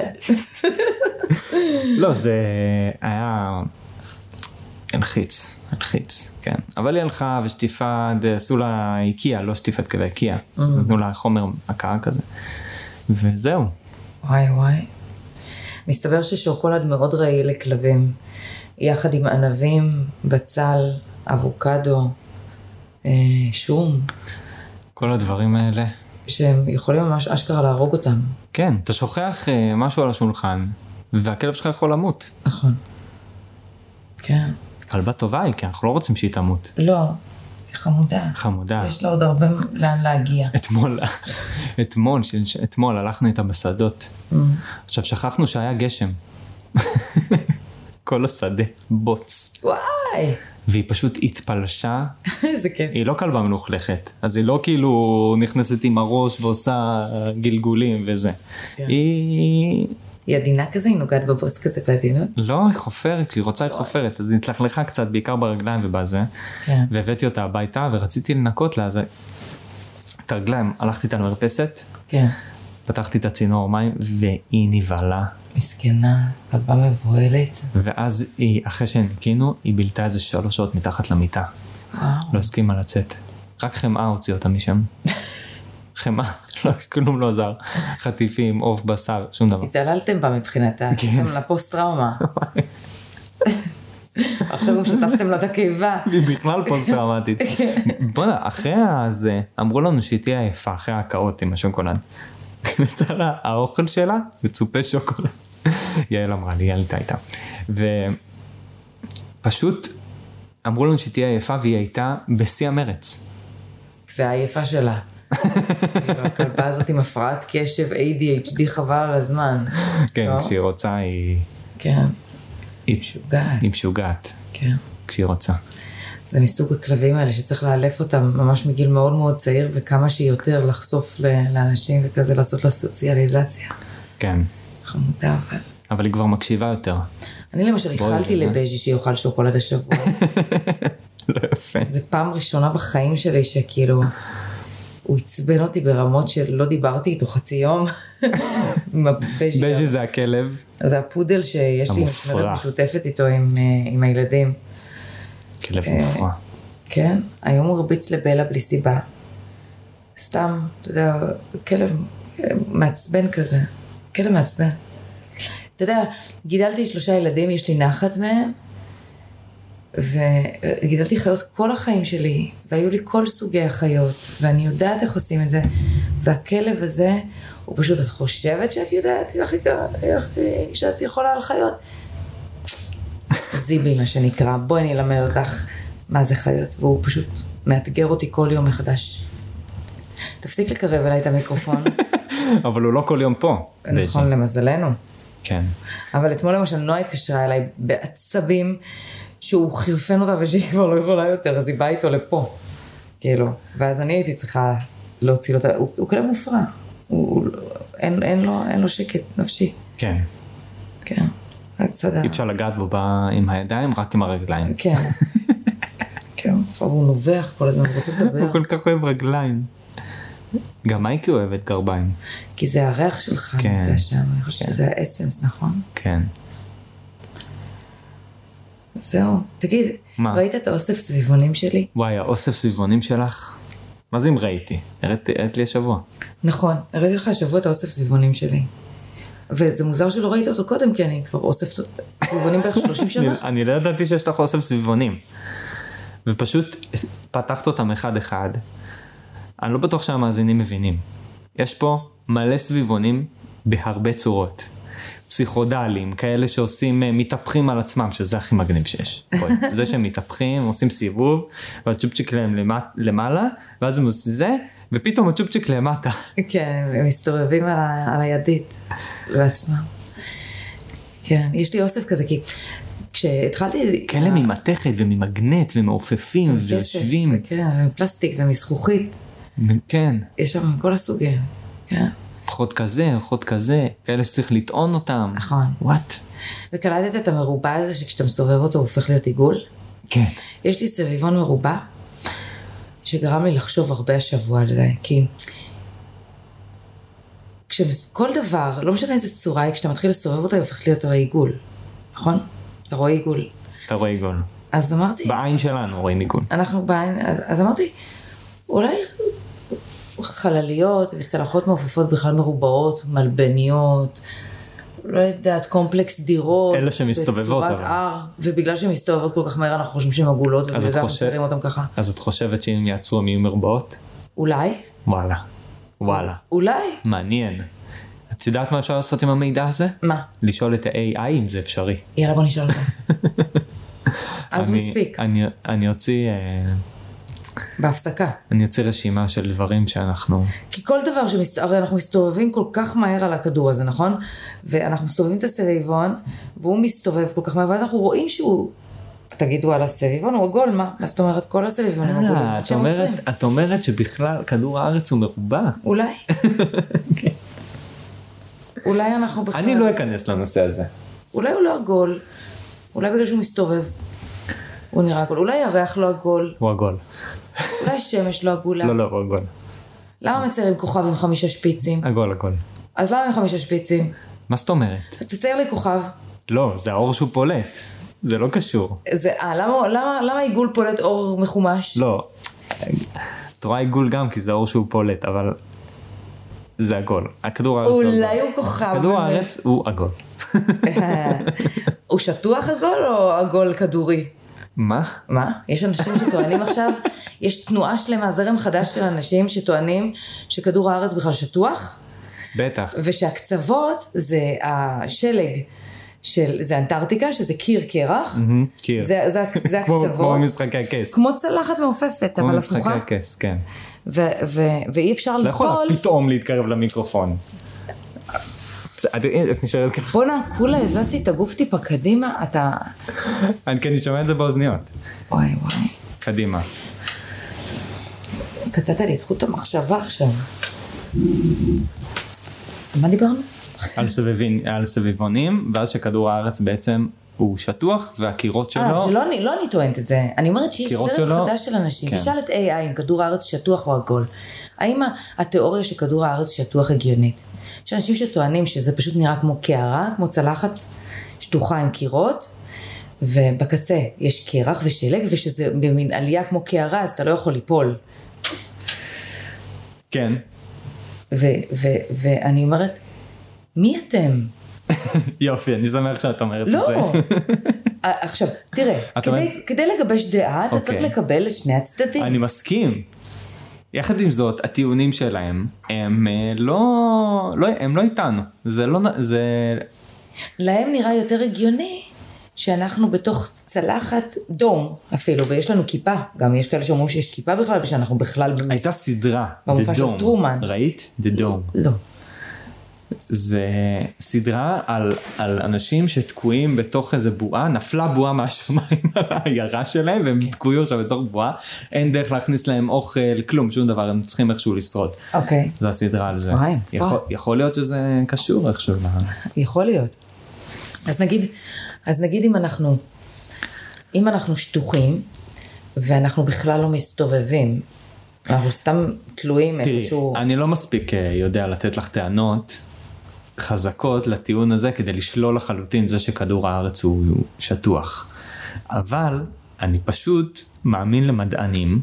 לא, זה היה... הלחיץ, הלחיץ, כן. אבל היא הלכה ושטיפה, עשו לה איקיה, לא שטיפת כזה, איקיה. נתנו לה חומר הקאה כזה. וזהו. וואי וואי. מסתבר ששוקולד מאוד רעיל לכלבים. יחד עם ענבים, בצל, אבוקדו, שום. כל הדברים האלה. שהם יכולים ממש אשכרה להרוג אותם. כן, אתה שוכח משהו על השולחן, והכלב שלך יכול למות. נכון. כן. כלבה טובה היא, כי אנחנו לא רוצים שהיא תמות. לא, היא חמודה. חמודה. יש לה עוד הרבה לאן להגיע. אתמול, אתמול, אתמול הלכנו איתה בשדות. Mm. עכשיו שכחנו שהיה גשם. כל השדה, בוץ. וואי. והיא פשוט התפלשה. איזה כיף. היא לא כלבה מלוכלכת, אז היא לא כאילו נכנסת עם הראש ועושה גלגולים וזה. כן. היא... היא עדינה כזה, היא נוגעת בבוס כזה בעדינות? לא, היא חופרת, היא רוצה היא חופרת, אז היא התלכלכה קצת, בעיקר ברגליים ובזה, כן. והבאתי אותה הביתה ורציתי לנקות לה, אז את הרגליים, הלכתי איתה למרפסת, כן. פתחתי את הצינור מים, והיא נבהלה. מסכנה, כלבה מבוהלת. ואז היא, אחרי שניקינו, היא בילתה איזה שלוש שעות מתחת למיטה. וואו. לא הסכימה לצאת. רק חמאה הוציא אותה משם. חמאה, לא, כלום לא עזר. חטיפים, עוף, בשר, שום דבר. התעללתם בה מבחינתה, עשיתם לה פוסט טראומה. עכשיו גם שטפתם לה את הקיבה. היא בכלל פוסט טראומטית. בוא'נה, אחרי הזה, אמרו לנו שהיא תהיה עייפה, אחרי ההקאות עם השוקולד. נצא לה, האוכל שלה, מצופה שוקולד. יעל אמרה לי, יעל הייתה איתה. ופשוט אמרו לנו שהיא תהיה עייפה, והיא הייתה בשיא המרץ. זה העייפה שלה. הכלבה הזאת עם הפרעת קשב, איי די אייץ' די חבל על הזמן. כן, כשהיא רוצה היא... כן. היא משוגעת. היא משוגעת. כן. כשהיא רוצה. זה מסוג הכלבים האלה שצריך לאלף אותם ממש מגיל מאוד מאוד צעיר, וכמה שיותר לחשוף לאנשים וכזה, לעשות לה סוציאליזציה. כן. חמודה, אבל... אבל היא כבר מקשיבה יותר. אני למשל התחלתי לבז'י שיוכל שוקולד השבוע. לא יפה. זו פעם ראשונה בחיים שלי שכאילו, הוא עצבן אותי ברמות שלא דיברתי איתו חצי יום. בז'י זה הכלב. זה הפודל שיש לי משמרת משותפת איתו עם הילדים. כלב מופרע. כן, היום הוא הרביץ לבלה בלי סיבה. סתם, אתה יודע, כלב מעצבן כזה. כלב מעצבן. אתה יודע, גידלתי שלושה ילדים, יש לי נחת מהם, וגידלתי חיות כל החיים שלי, והיו לי כל סוגי החיות, ואני יודעת איך עושים את זה, והכלב הזה, הוא פשוט, את חושבת שאת יודעת, שאת יכולה על חיות? זיבי, מה שנקרא, בואי אני אלמד אותך מה זה חיות, והוא פשוט מאתגר אותי כל יום מחדש. תפסיק לקרב אליי את המיקרופון. אבל הוא לא כל יום פה. נכון, למזלנו. כן. אבל אתמול למשל נועה התקשרה אליי בעצבים, שהוא חירפן אותה ושהיא כבר לא יכולה יותר, אז היא באה איתו לפה. כאילו, ואז אני הייתי צריכה להוציא אותה, הוא, הוא כלב מופרע. הוא, הוא, אין, אין לו, אין לו שקט נפשי. כן. כן. אי אפשר לגעת בו עם הידיים, רק עם הרגליים. כן. כן, הוא נובח כל הזמן, הוא רוצה לדבר. הוא כל כך אוהב רגליים. גם מייקי אוהבת גרביים. כי זה הריח שלך, כן. זה שם, אני חושבת שזה האסנס, נכון? כן. זהו, תגיד, מה? ראית את האוסף סביבונים שלי? וואי, האוסף סביבונים שלך? מה זה אם ראיתי? הראית, הראית לי השבוע. נכון, הראיתי לך השבוע את האוסף סביבונים שלי. וזה מוזר שלא ראית אותו קודם, כי אני כבר אוסף סביבונים בערך שלושים שנה. אני, אני לא ידעתי שיש לך אוסף סביבונים. ופשוט פתחת אותם אחד אחד. אני לא בטוח שהמאזינים מבינים. יש פה מלא סביבונים בהרבה צורות. פסיכודליים, כאלה שעושים, מתהפכים על עצמם, שזה הכי מגניב שיש. זה שהם מתהפכים, עושים סיבוב, והצ'ופצ'יק להם למעלה, ואז הם עושים זה, ופתאום הצ'ופצ'יק למטה. כן, הם מסתובבים על, ה, על הידית, לעצמם. כן, יש לי אוסף כזה, כי כשהתחלתי... כאלה ממתכת וממגנט ומעופפים ויושבים. כן, מפלסטיק ומזכוכית. כן. יש שם כל הסוגים, כן. חוד כזה, חוד כזה, כאלה שצריך לטעון אותם. נכון. וואט? וקלטת את המרובע הזה שכשאתה מסובב אותו הוא הופך להיות עיגול? כן. יש לי סביבון מרובע שגרם לי לחשוב הרבה השבוע על זה, כי כל דבר, לא משנה איזה צורה היא, כשאתה מתחיל לסובב אותה היא הופכת להיות הרי עיגול, נכון? אתה רואה עיגול. אתה רואה עיגול. אז אמרתי... בעין שלנו רואים עיגול. אנחנו בעין, אז, אז אמרתי, אולי... חלליות וצלחות מעופפות בכלל מרובעות, מלבניות, לא יודעת, קומפלקס דירות. אלה שמסתובבות. בצורת R, ובגלל שהן מסתובבות כל כך מהר, אנחנו חושבים שהן עגולות, ובגלל זה אנחנו מציירים אותם ככה. אז את חושבת שאם יעצרו הם יהיו מרובעות? אולי. וואלה. וואלה. אולי. מעניין. את יודעת מה אפשר לעשות עם המידע הזה? מה? לשאול את ה-איי איי אם זה אפשרי. יאללה בוא נשאל אותם. אז מספיק. אני אוציא... בהפסקה. אני יוצא רשימה של דברים שאנחנו... כי כל דבר שמסת... הרי אנחנו מסתובבים כל כך מהר על הכדור הזה, נכון? ואנחנו מסתובבים את הסביבון, והוא מסתובב כל כך מהר, ואנחנו רואים שהוא... תגידו על הסביבון, הוא עגול, מה? מה זאת אומרת? כל הסביבונים עגולים. את אומרת, את אומרת שבכלל כדור הארץ הוא מרובע? אולי. אולי אנחנו בכלל... אני לא אכנס לנושא הזה. אולי הוא לא עגול. אולי בגלל שהוא מסתובב. הוא נראה עגול. אולי הריח לא עגול. הוא עגול. אולי שמש לא עגולה. לא, לא, הוא עגול. למה מציירים כוכב עם חמישה שפיצים? עגול, עגול. אז למה עם חמישה שפיצים? מה זאת אומרת? תצייר לי כוכב. לא, זה האור שהוא פולט. זה לא קשור. זה, אה, למה, למה, למה עיגול פולט אור מחומש? לא. את רואה עיגול גם כי זה האור שהוא פולט, אבל זה עגול. הכדור הארץ אולי הוא כוכב. כדור הארץ הוא עגול. הוא שטוח עגול או עגול כדורי? מה? מה? יש אנשים שטוענים עכשיו, יש תנועה שלמה, זרם חדש של אנשים שטוענים שכדור הארץ בכלל שטוח. בטח. ושהקצוות זה השלג של, זה אנטארקטיקה, שזה קיר קרח. קיר. זה, זה, זה הקצוות. כמו משחקי הכס. כמו צלחת מעופפת, אבל הפוכה. כמו משחקי הכס, כן. ו, ו, ואי אפשר ליפול. לא יכול ליפול. פתאום להתקרב למיקרופון. את נשארת ככה. בוא'נה, כולה הזזתי את הגוף טיפה קדימה, אתה... אני כן נשמע את זה באוזניות. וואי וואי. קדימה. קטעת לי את חוט המחשבה עכשיו. מה דיברנו? על סביבים, על סביבונים, ואז שכדור הארץ בעצם הוא שטוח, והקירות שלו... אה, שלא אני, לא אני טוענת את זה. אני אומרת שיש זרם שלו... חדש של אנשים. כן. תשאל את איי איי אם כדור הארץ שטוח או עגול. האם התיאוריה שכדור הארץ שטוח הגיונית? יש אנשים שטוענים שזה פשוט נראה כמו קערה, כמו צלחת שטוחה עם קירות, ובקצה יש קרח ושלג, ושזה במין עלייה כמו קערה, אז אתה לא יכול ליפול. כן. ו- ו- ואני אומרת, מי אתם? יופי, אני שמח שאת אומרת לא. את זה. עכשיו, תראה, כדי, אומרת... כדי לגבש דעה, אתה אוקיי. צריך לקבל את שני הצדדים. אני מסכים. יחד עם זאת, הטיעונים שלהם, הם לא, לא, הם לא איתנו. זה לא, זה... להם נראה יותר הגיוני שאנחנו בתוך צלחת דום אפילו, ויש לנו כיפה. גם יש כאלה שאומרים שיש כיפה בכלל, ושאנחנו בכלל... במס... הייתה סדרה, במופע The של Dome. טרומן. ראית? The Dome. לא. זה סדרה על, על אנשים שתקועים בתוך איזה בועה, נפלה בועה מהשמיים על העיירה שלהם, והם תקועים עכשיו בתוך בועה, אין דרך להכניס להם אוכל, כלום, שום דבר, הם צריכים איכשהו לשרוד. אוקיי. זו הסדרה על זה. וואי, יכול, יכול להיות שזה קשור איכשהו. יכול להיות. אז נגיד, אז נגיד אם אנחנו, אם אנחנו שטוחים, ואנחנו בכלל לא מסתובבים, אנחנו סתם תלויים איפשהו... תראי, אני לא מספיק יודע לתת לך טענות חזקות לטיעון הזה, כדי לשלול לחלוטין זה שכדור הארץ הוא שטוח. אבל אני פשוט מאמין למדענים,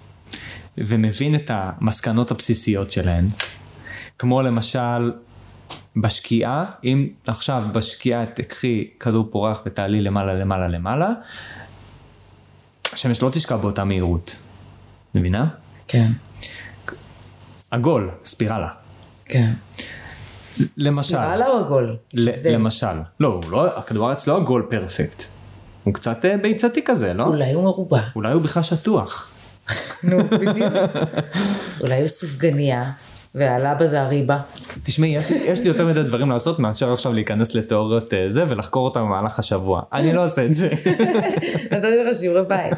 ומבין את המסקנות הבסיסיות שלהן, כמו למשל בשקיעה, אם עכשיו בשקיעה תקחי כדור פורח ותעלי למעלה למעלה למעלה, השמש לא תשקע באותה מהירות. מבינה? כן. עגול, ספירלה. כן. למשל. ספירלה או עגול? ל- למשל. לא, לא, הכדור הארץ לא עגול פרפקט. הוא קצת ביצתי כזה, לא? אולי הוא מרובע. אולי הוא בכלל שטוח. נו, בדיוק. אולי הוא סופגניה, ועלה בזה הריבה. תשמעי, יש, יש לי יותר מדי דברים לעשות, מאשר עכשיו להיכנס לתיאוריות זה, ולחקור אותם במהלך השבוע. אני לא עושה את זה. נתתי לך שיעורי בית.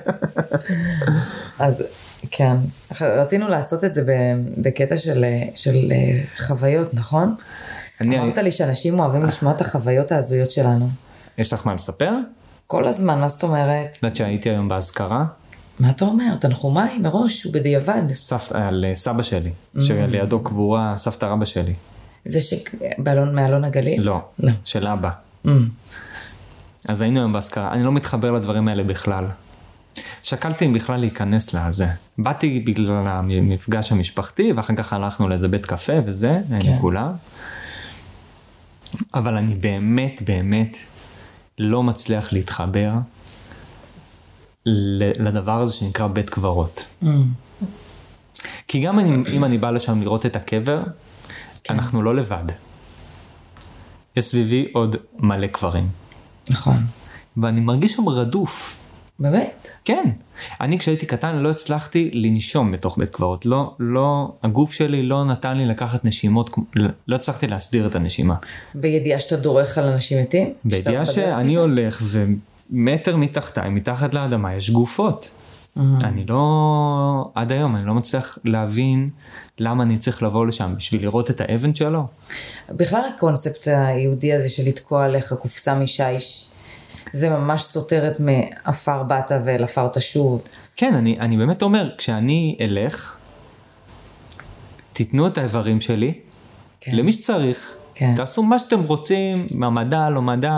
אז כן, רצינו לעשות את זה בקטע של, של חוויות, נכון? אני... אמרת לי שאנשים אוהבים לשמוע את החוויות ההזויות שלנו. יש לך מה לספר? כל הזמן, מה זאת אומרת? יודעת שהייתי היום בהזכרה. מה אתה אומר? תנחומי מראש, הוא בדיעבד. סבתא, על סבא שלי, שלידו קבורה סבתא רבא שלי. זה מאלון הגליל? לא, לא. של אבא. אז היינו היום בהזכרה, אני לא מתחבר לדברים האלה בכלל. שקלתי אם בכלל להיכנס לזה. באתי בגלל המפגש המשפחתי, ואחר כך הלכנו לאיזה בית קפה וזה, היינו כולה. אבל אני באמת, באמת לא מצליח להתחבר לדבר הזה שנקרא בית קברות. Mm. כי גם אני, אם אני בא לשם לראות את הקבר, כן. אנחנו לא לבד. יש סביבי עוד מלא קברים. נכון. ואני מרגיש שם רדוף. באמת? כן. אני כשהייתי קטן לא הצלחתי לנשום בתוך בית קברות. לא, לא, הגוף שלי לא נתן לי לקחת נשימות, לא הצלחתי להסדיר את הנשימה. בידיעה שאתה דורך על אנשים מתים? בידיעה שאני הולך ומטר מתחתיי, מתחת לאדמה, יש גופות. Mm-hmm. אני לא, עד היום אני לא מצליח להבין למה אני צריך לבוא לשם, בשביל לראות את האבן שלו. בכלל הקונספט היהודי הזה של לתקוע עליך קופסה משיש, זה ממש סותרת מאפר באת ואל אפר תשוב. כן, אני, אני באמת אומר, כשאני אלך, תיתנו את האיברים שלי, כן. למי שצריך, כן. תעשו מה שאתם רוצים, מהמדע, לא מדע,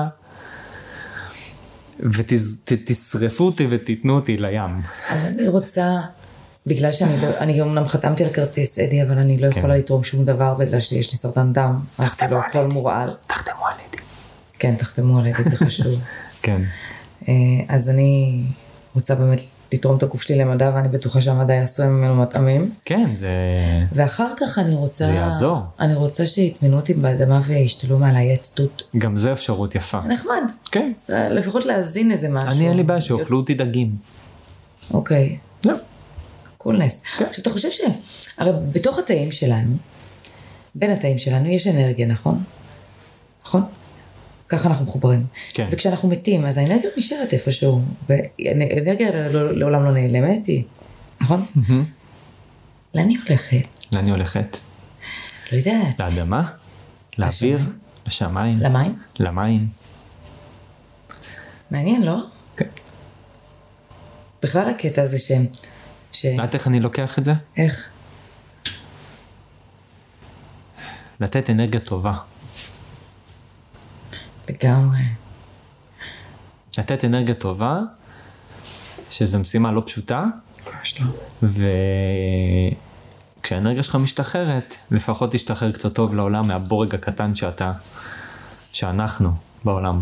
ותשרפו אותי ותיתנו אותי לים. אז אני רוצה, בגלל שאני לא, אני אמנם חתמתי על כרטיס אדי, אבל אני לא יכולה לתרום שום דבר, בגלל שיש לי סרטן דם, אז לא הכל מורעל. תחתמו על אדי. כן, תחתמו על אדי, זה חשוב. כן. אז אני רוצה באמת לתרום את הגוף שלי למדע, ואני בטוחה שהמדע יעשו ממנו מטעמים. כן, זה... ואחר כך אני רוצה... זה יעזור. אני רוצה שיתמנו אותי באדמה וישתלו מעליי עצטות. גם זה אפשרות יפה. נחמד. כן. לפחות להזין איזה משהו. אני אין לי בעיה שאוכלו אותי דגים. אוקיי. לא. קולנס. עכשיו, אתה חושב ש... הרי בתוך התאים שלנו, בין התאים שלנו, יש אנרגיה, נכון? נכון? ככה אנחנו מחוברים. כן. וכשאנחנו מתים, אז האנרגיה נשארת איפשהו, והאנרגיה לא, לעולם לא נעלמת היא, נכון? Mm-hmm. לאן היא הולכת? לאן היא הולכת? לא יודעת. לאדמה? לאוויר? לשמיים? למים? למים. מעניין, לא? כן. בכלל הקטע הזה ש... ש... יודעת איך אני לוקח את זה? איך? לתת אנרגיה טובה. לגמרי. לתת אנרגיה טובה, שזו משימה לא פשוטה. ממש לא. וכשהאנרגיה שלך משתחררת, לפחות תשתחרר קצת טוב לעולם מהבורג הקטן שאתה, שאנחנו בעולם.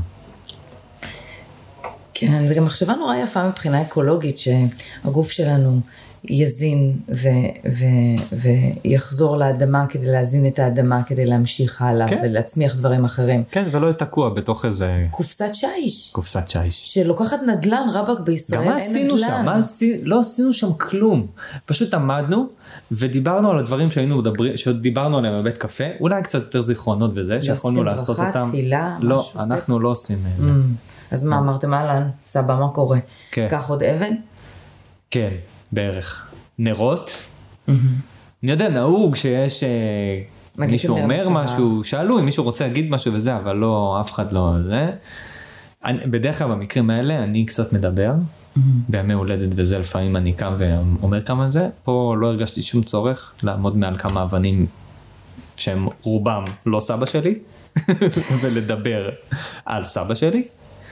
כן, זה גם מחשבה נורא יפה מבחינה אקולוגית, שהגוף שלנו יזין ו- ו- ויחזור לאדמה כדי להזין את האדמה, כדי להמשיך הלאה כן. ולהצמיח דברים אחרים. כן, ולא יתקוע בתוך איזה... קופסת שיש. קופסת שיש. שלוקחת נדלן, רבק בישראל, אין נדלן. גם מה עשינו שם? מה עשי... לא עשינו שם כלום. פשוט עמדנו ודיברנו על הדברים שהיינו מדברים, שדיברנו עליהם בבית קפה, אולי קצת יותר זיכרונות וזה, שיכולנו לעשות אותם. ברכה, תפילה, לא, משהו אנחנו זה. לא עושים את זה. Mm. אז מה אמרתם, אהלן, סבא, מה קורה? כן. קח עוד אבן? כן, בערך. נרות. אני יודע, נהוג שיש מישהו אומר משהו, שאלו אם מישהו רוצה להגיד משהו וזה, אבל לא, אף אחד לא זה. אני, בדרך כלל במקרים האלה אני קצת מדבר, בימי הולדת וזה, לפעמים אני קם ואומר כמה זה. פה לא הרגשתי שום צורך לעמוד מעל כמה אבנים שהם רובם לא סבא שלי, ולדבר על סבא שלי.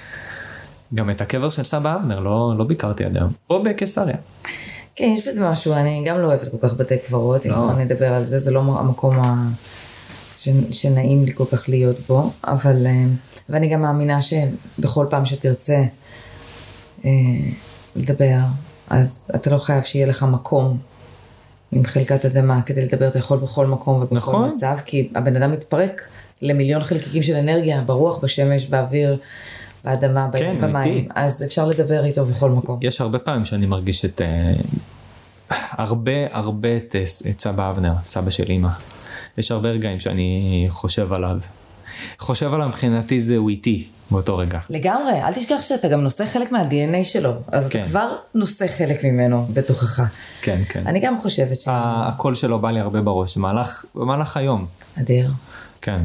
גם את הקבר של סבא אבנר לא, לא ביקרתי עד היום, פה בקיסריה. כן, יש בזה משהו, אני גם לא אוהבת כל כך בתי קברות, אם כבר נדבר על זה, זה לא המקום ה... ש... שנעים לי כל כך להיות בו, אבל, ואני גם מאמינה שבכל פעם שתרצה אה, לדבר, אז אתה לא חייב שיהיה לך מקום עם חלקת אדמה, כדי לדבר אתה יכול בכל מקום ובכל נכון. מצב, כי הבן אדם מתפרק למיליון חלקיקים של אנרגיה, ברוח, בשמש, באוויר, באדמה, כן, במים, אמיתי. אז אפשר לדבר איתו בכל מקום. יש הרבה פעמים שאני מרגיש את, uh, הרבה הרבה את, את סבא אבנר, סבא של אמא. יש הרבה רגעים שאני חושב עליו. חושב עליו מבחינתי זה הוא איתי באותו רגע. לגמרי, אל תשכח שאתה גם נושא חלק מה-די אן איי שלו, אז כן. אתה כבר נושא חלק ממנו בתוכך. כן, כן. אני גם חושבת ש... הקול שלו בא לי הרבה בראש, במהלך, במהלך היום. אדיר. כן.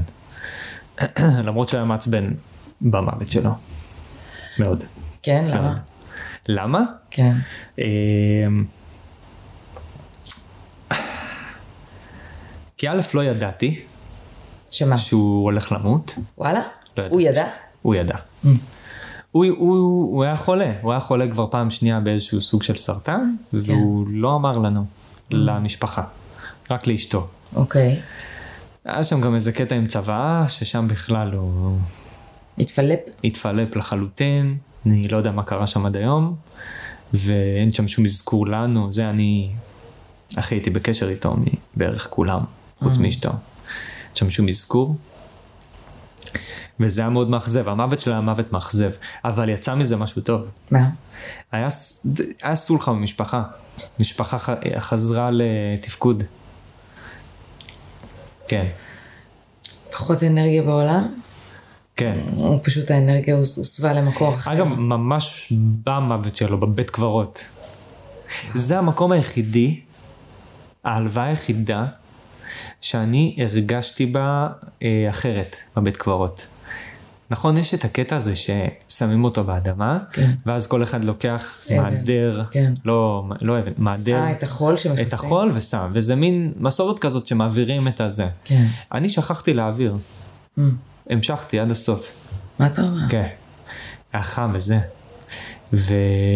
למרות שהיה מעצבן במוות שלו. מאוד. כן, למה? למה? כן. כי א' לא ידעתי. שמה? שהוא הולך למות. וואלה? לא ידעתי. הוא ידע? הוא ידע. Mm. הוא, הוא, הוא היה חולה. הוא היה חולה כבר פעם שנייה באיזשהו סוג של סרטן, כן. והוא לא אמר לנו, mm. למשפחה. רק לאשתו. אוקיי. היה שם גם איזה קטע עם צבא, ששם בכלל הוא... התפלפ? התפלפ לחלוטין, אני לא יודע מה קרה שם עד היום, ואין שם שום אזכור לנו, זה אני, אחי הייתי בקשר איתו בערך כולם, חוץ מאשתו. אין שם שום אזכור, וזה היה מאוד מאכזב, המוות שלה היה מוות מאכזב, אבל יצא מזה משהו טוב. מה? היה, היה סולחה במשפחה, משפחה חזרה לתפקוד. כן. פחות אנרגיה בעולם? כן. הוא פשוט האנרגיה הוסבה למקור אחר. אגב, ממש במוות שלו, בבית קברות. זה המקום היחידי, ההלוואה היחידה, שאני הרגשתי בה אה, אחרת בבית קברות. נכון, יש את הקטע הזה ששמים אותו באדמה, כן. ואז כל אחד לוקח מעדר, כן. לא, לא אבן, מעדר. אה, את החול שמכסה. את החול ושם, וזה מין מסורת כזאת שמעבירים את הזה. כן. אני שכחתי להעביר. Mm. המשכתי עד הסוף. מה אתה אומר? כן. היה חם וזה. ו...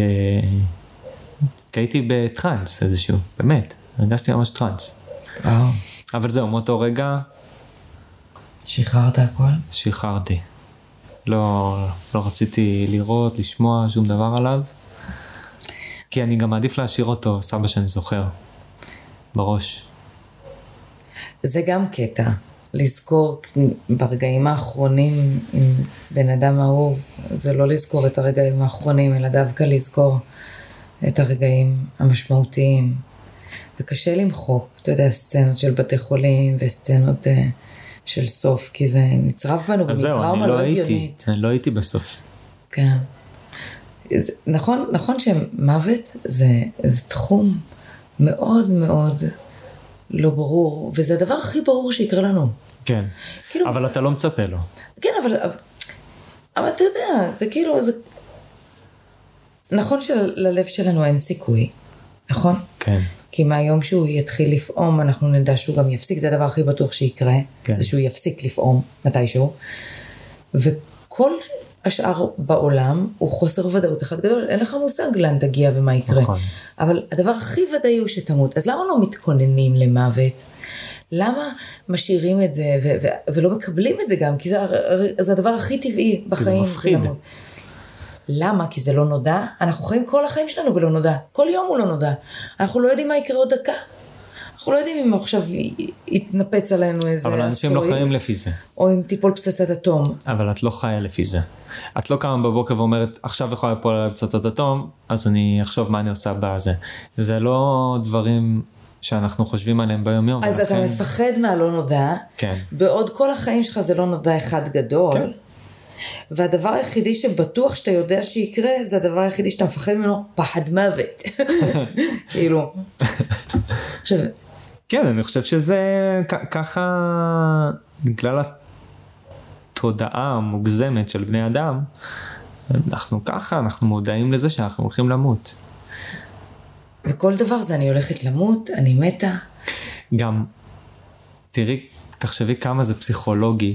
כי הייתי בטרנס איזשהו, באמת. הרגשתי ממש טרנס. וואו. אבל זהו, מאותו רגע... שחררת הכל? שחררתי. לא, לא רציתי לראות, לשמוע שום דבר עליו. כי אני גם מעדיף להשאיר אותו, סבא שאני זוכר. בראש. זה גם קטע. לזכור ברגעים האחרונים עם בן אדם אהוב, זה לא לזכור את הרגעים האחרונים, אלא דווקא לזכור את הרגעים המשמעותיים. וקשה למחוק, אתה יודע, סצנות של בתי חולים וסצנות uh, של סוף, כי זה נצרב בנו בטראומה לא הגיונית. אני לא הייתי בסוף. כן. זה, נכון, נכון שמוות זה, זה תחום מאוד מאוד לא ברור, וזה הדבר הכי ברור שיקרה לנו. כן, כאילו, אבל אתה לא מצפה לו. כן, אבל, אבל, אבל אתה יודע, זה כאילו, זה... נכון שללב שלנו אין סיכוי, נכון? כן. כי מהיום שהוא יתחיל לפעום, אנחנו נדע שהוא גם יפסיק, זה הדבר הכי בטוח שיקרה, כן. זה שהוא יפסיק לפעום מתישהו, וכל השאר בעולם הוא חוסר ודאות אחד גדול, אין לך מושג לאן תגיע ומה יקרה. נכון. אבל הדבר הכי ודאי הוא שתמות, אז למה לא מתכוננים למוות? למה משאירים את זה ו- ו- ולא מקבלים את זה גם? כי זה, זה הדבר הכי טבעי בחיים. זה מפחיד. למה? כי זה לא נודע. אנחנו חיים כל החיים שלנו ולא נודע. כל יום הוא לא נודע. אנחנו לא יודעים מה יקרה עוד דקה. אנחנו לא יודעים אם עכשיו יתנפץ עלינו איזה... אבל אנשים לא חיים לפי זה. או אם תיפול פצצת אטום. אבל את לא חיה לפי זה. את לא קמה בבוקר ואומרת, עכשיו יכולה ליפול על פצצת אטום, אז אני אחשוב מה אני עושה בזה. זה לא דברים שאנחנו חושבים עליהם ביום יום. אז אתה מפחד מהלא נודע. כן. בעוד כל החיים שלך זה לא נודע אחד גדול. כן. והדבר היחידי שבטוח שאתה יודע שיקרה, זה הדבר היחידי שאתה מפחד ממנו, פחד מוות. כאילו. עכשיו... כן, אני חושב שזה ככה, בגלל התודעה המוגזמת של בני אדם, אנחנו ככה, אנחנו מודעים לזה שאנחנו הולכים למות. וכל דבר זה, אני הולכת למות, אני מתה. גם, תראי, תחשבי כמה זה פסיכולוגי,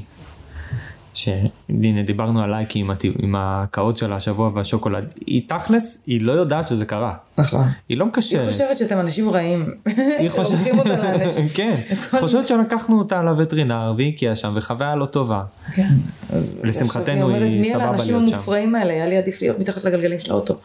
שהנה דיברנו על לייקי עם, עם הקאות של השבוע והשוקולד, היא תכלס, היא לא יודעת שזה קרה. נכון. היא לא מקשרת. היא חושבת שאתם אנשים רעים. היא חושבת אותה לאנשים. כן. חושבת שלקחנו אותה לווטרינר והיא הגיעה שם וחוויה לא טובה. כן. לשמחתנו היא סבבה להיות שם. מי האנשים המופרעים האלה? היה לי עדיף להיות מתחת לגלגלים של האוטו.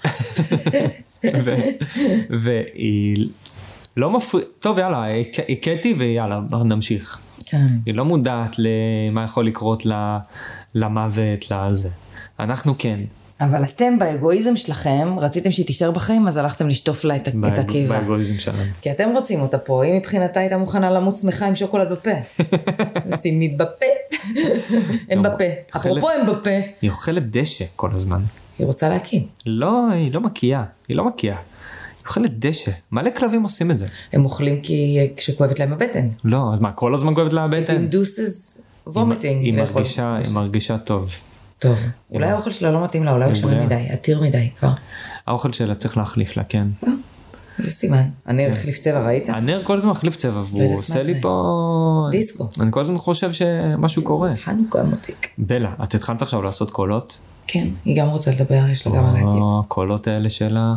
והיא לא מפריע, טוב יאללה, הכיתי ויאללה, נמשיך. כן. היא לא מודעת למה יכול לקרות למוות, לזה. אנחנו כן. אבל אתם באגואיזם שלכם, רציתם שהיא תישאר בחיים, אז הלכתם לשטוף לה את הקיבה. באגואיזם שלנו. כי אתם רוצים אותה פה, היא מבחינתה הייתה מוכנה למות שמחה עם שוקולד בפה. שימית בפה. הם בפה. אפרופו הם בפה. היא אוכלת דשא כל הזמן. היא רוצה להקים. לא, היא לא מקיאה. היא לא מקיאה. היא אוכלת דשא. מלא כלבים עושים את זה. הם אוכלים כי כשכואבת להם הבטן. לא, אז מה, כל הזמן כואבת להם הבטן? It induces vomiting. היא מרגישה, היא מרגישה טוב. טוב. אולי האוכל שלה לא מתאים לה, אולי הוא שמן מדי, עתיר מדי כבר. האוכל שלה צריך להחליף לה, כן. זה סימן. הנר החליף צבע, ראית? הנר כל הזמן מחליף צבע, והוא עושה לי פה... דיסקו. אני כל הזמן חושב שמשהו קורה. חנוכה מותיק. בלה, את התחלת עכשיו לעשות קולות? כן, היא גם רוצה לדבר, יש לה גם מה להגיד. הקולות האלה שלה...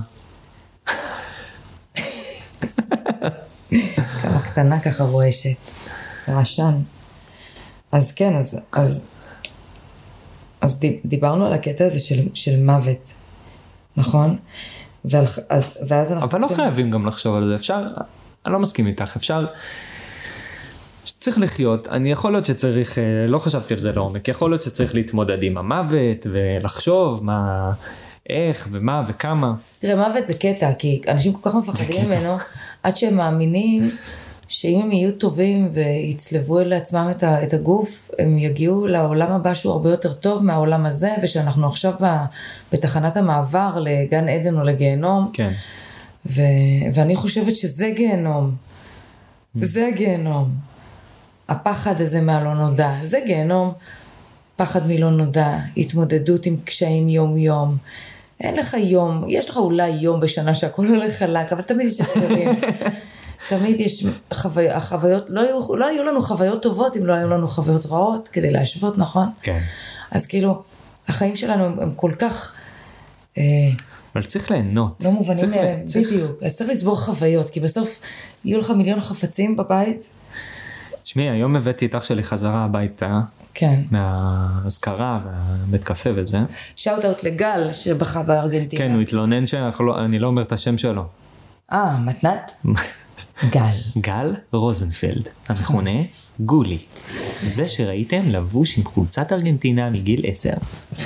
כמה קטנה ככה רועשת. רעשן. אז כן, אז... אז... אז דיברנו על הקטע הזה של, של מוות, נכון? ועל, אז, ואז אנחנו... אבל לא חייבים גם לחשוב על זה, אפשר, אני לא מסכים איתך, אפשר, צריך לחיות, אני יכול להיות שצריך, לא חשבתי על זה לעומק, יכול להיות שצריך להתמודד עם המוות, ולחשוב מה, איך ומה וכמה. תראה, מוות זה קטע, כי אנשים כל כך מפחדים ממנו, עד שהם מאמינים... שאם הם יהיו טובים ויצלבו לעצמם את הגוף, הם יגיעו לעולם הבא שהוא הרבה יותר טוב מהעולם הזה, ושאנחנו עכשיו בתחנת המעבר לגן עדן או לגיהנום. כן. ו- ואני חושבת שזה גיהנום. זה גיהנום. הפחד הזה מהלא נודע. זה גיהנום. פחד מלא נודע. התמודדות עם קשיים יום יום. אין לך יום, יש לך אולי יום בשנה שהכל הולך חלק, אבל תמיד יש חברים. תמיד יש חוו... חוויות, לא היו, לא היו לנו חוויות טובות אם לא היו לנו חוויות רעות, כדי להשוות, נכון? כן. אז כאילו, החיים שלנו הם, הם כל כך... אה, אבל צריך ליהנות. לא מובנים מהם, בדיוק. אז צריך לצבור חוויות, כי בסוף יהיו לך מיליון חפצים בבית. שמי, היום הבאתי את אח שלי חזרה הביתה. כן. מהזכרה והבית קפה וזה. שאוט אאוט לגל שבחה בארגנטינה. כן, הוא התלונן שאני לא אומר את השם שלו. אה, מתנת? גל. גל רוזנפלד, המכונה גולי. זה שראיתם לבוש עם חולצת ארגנטינה מגיל עשר.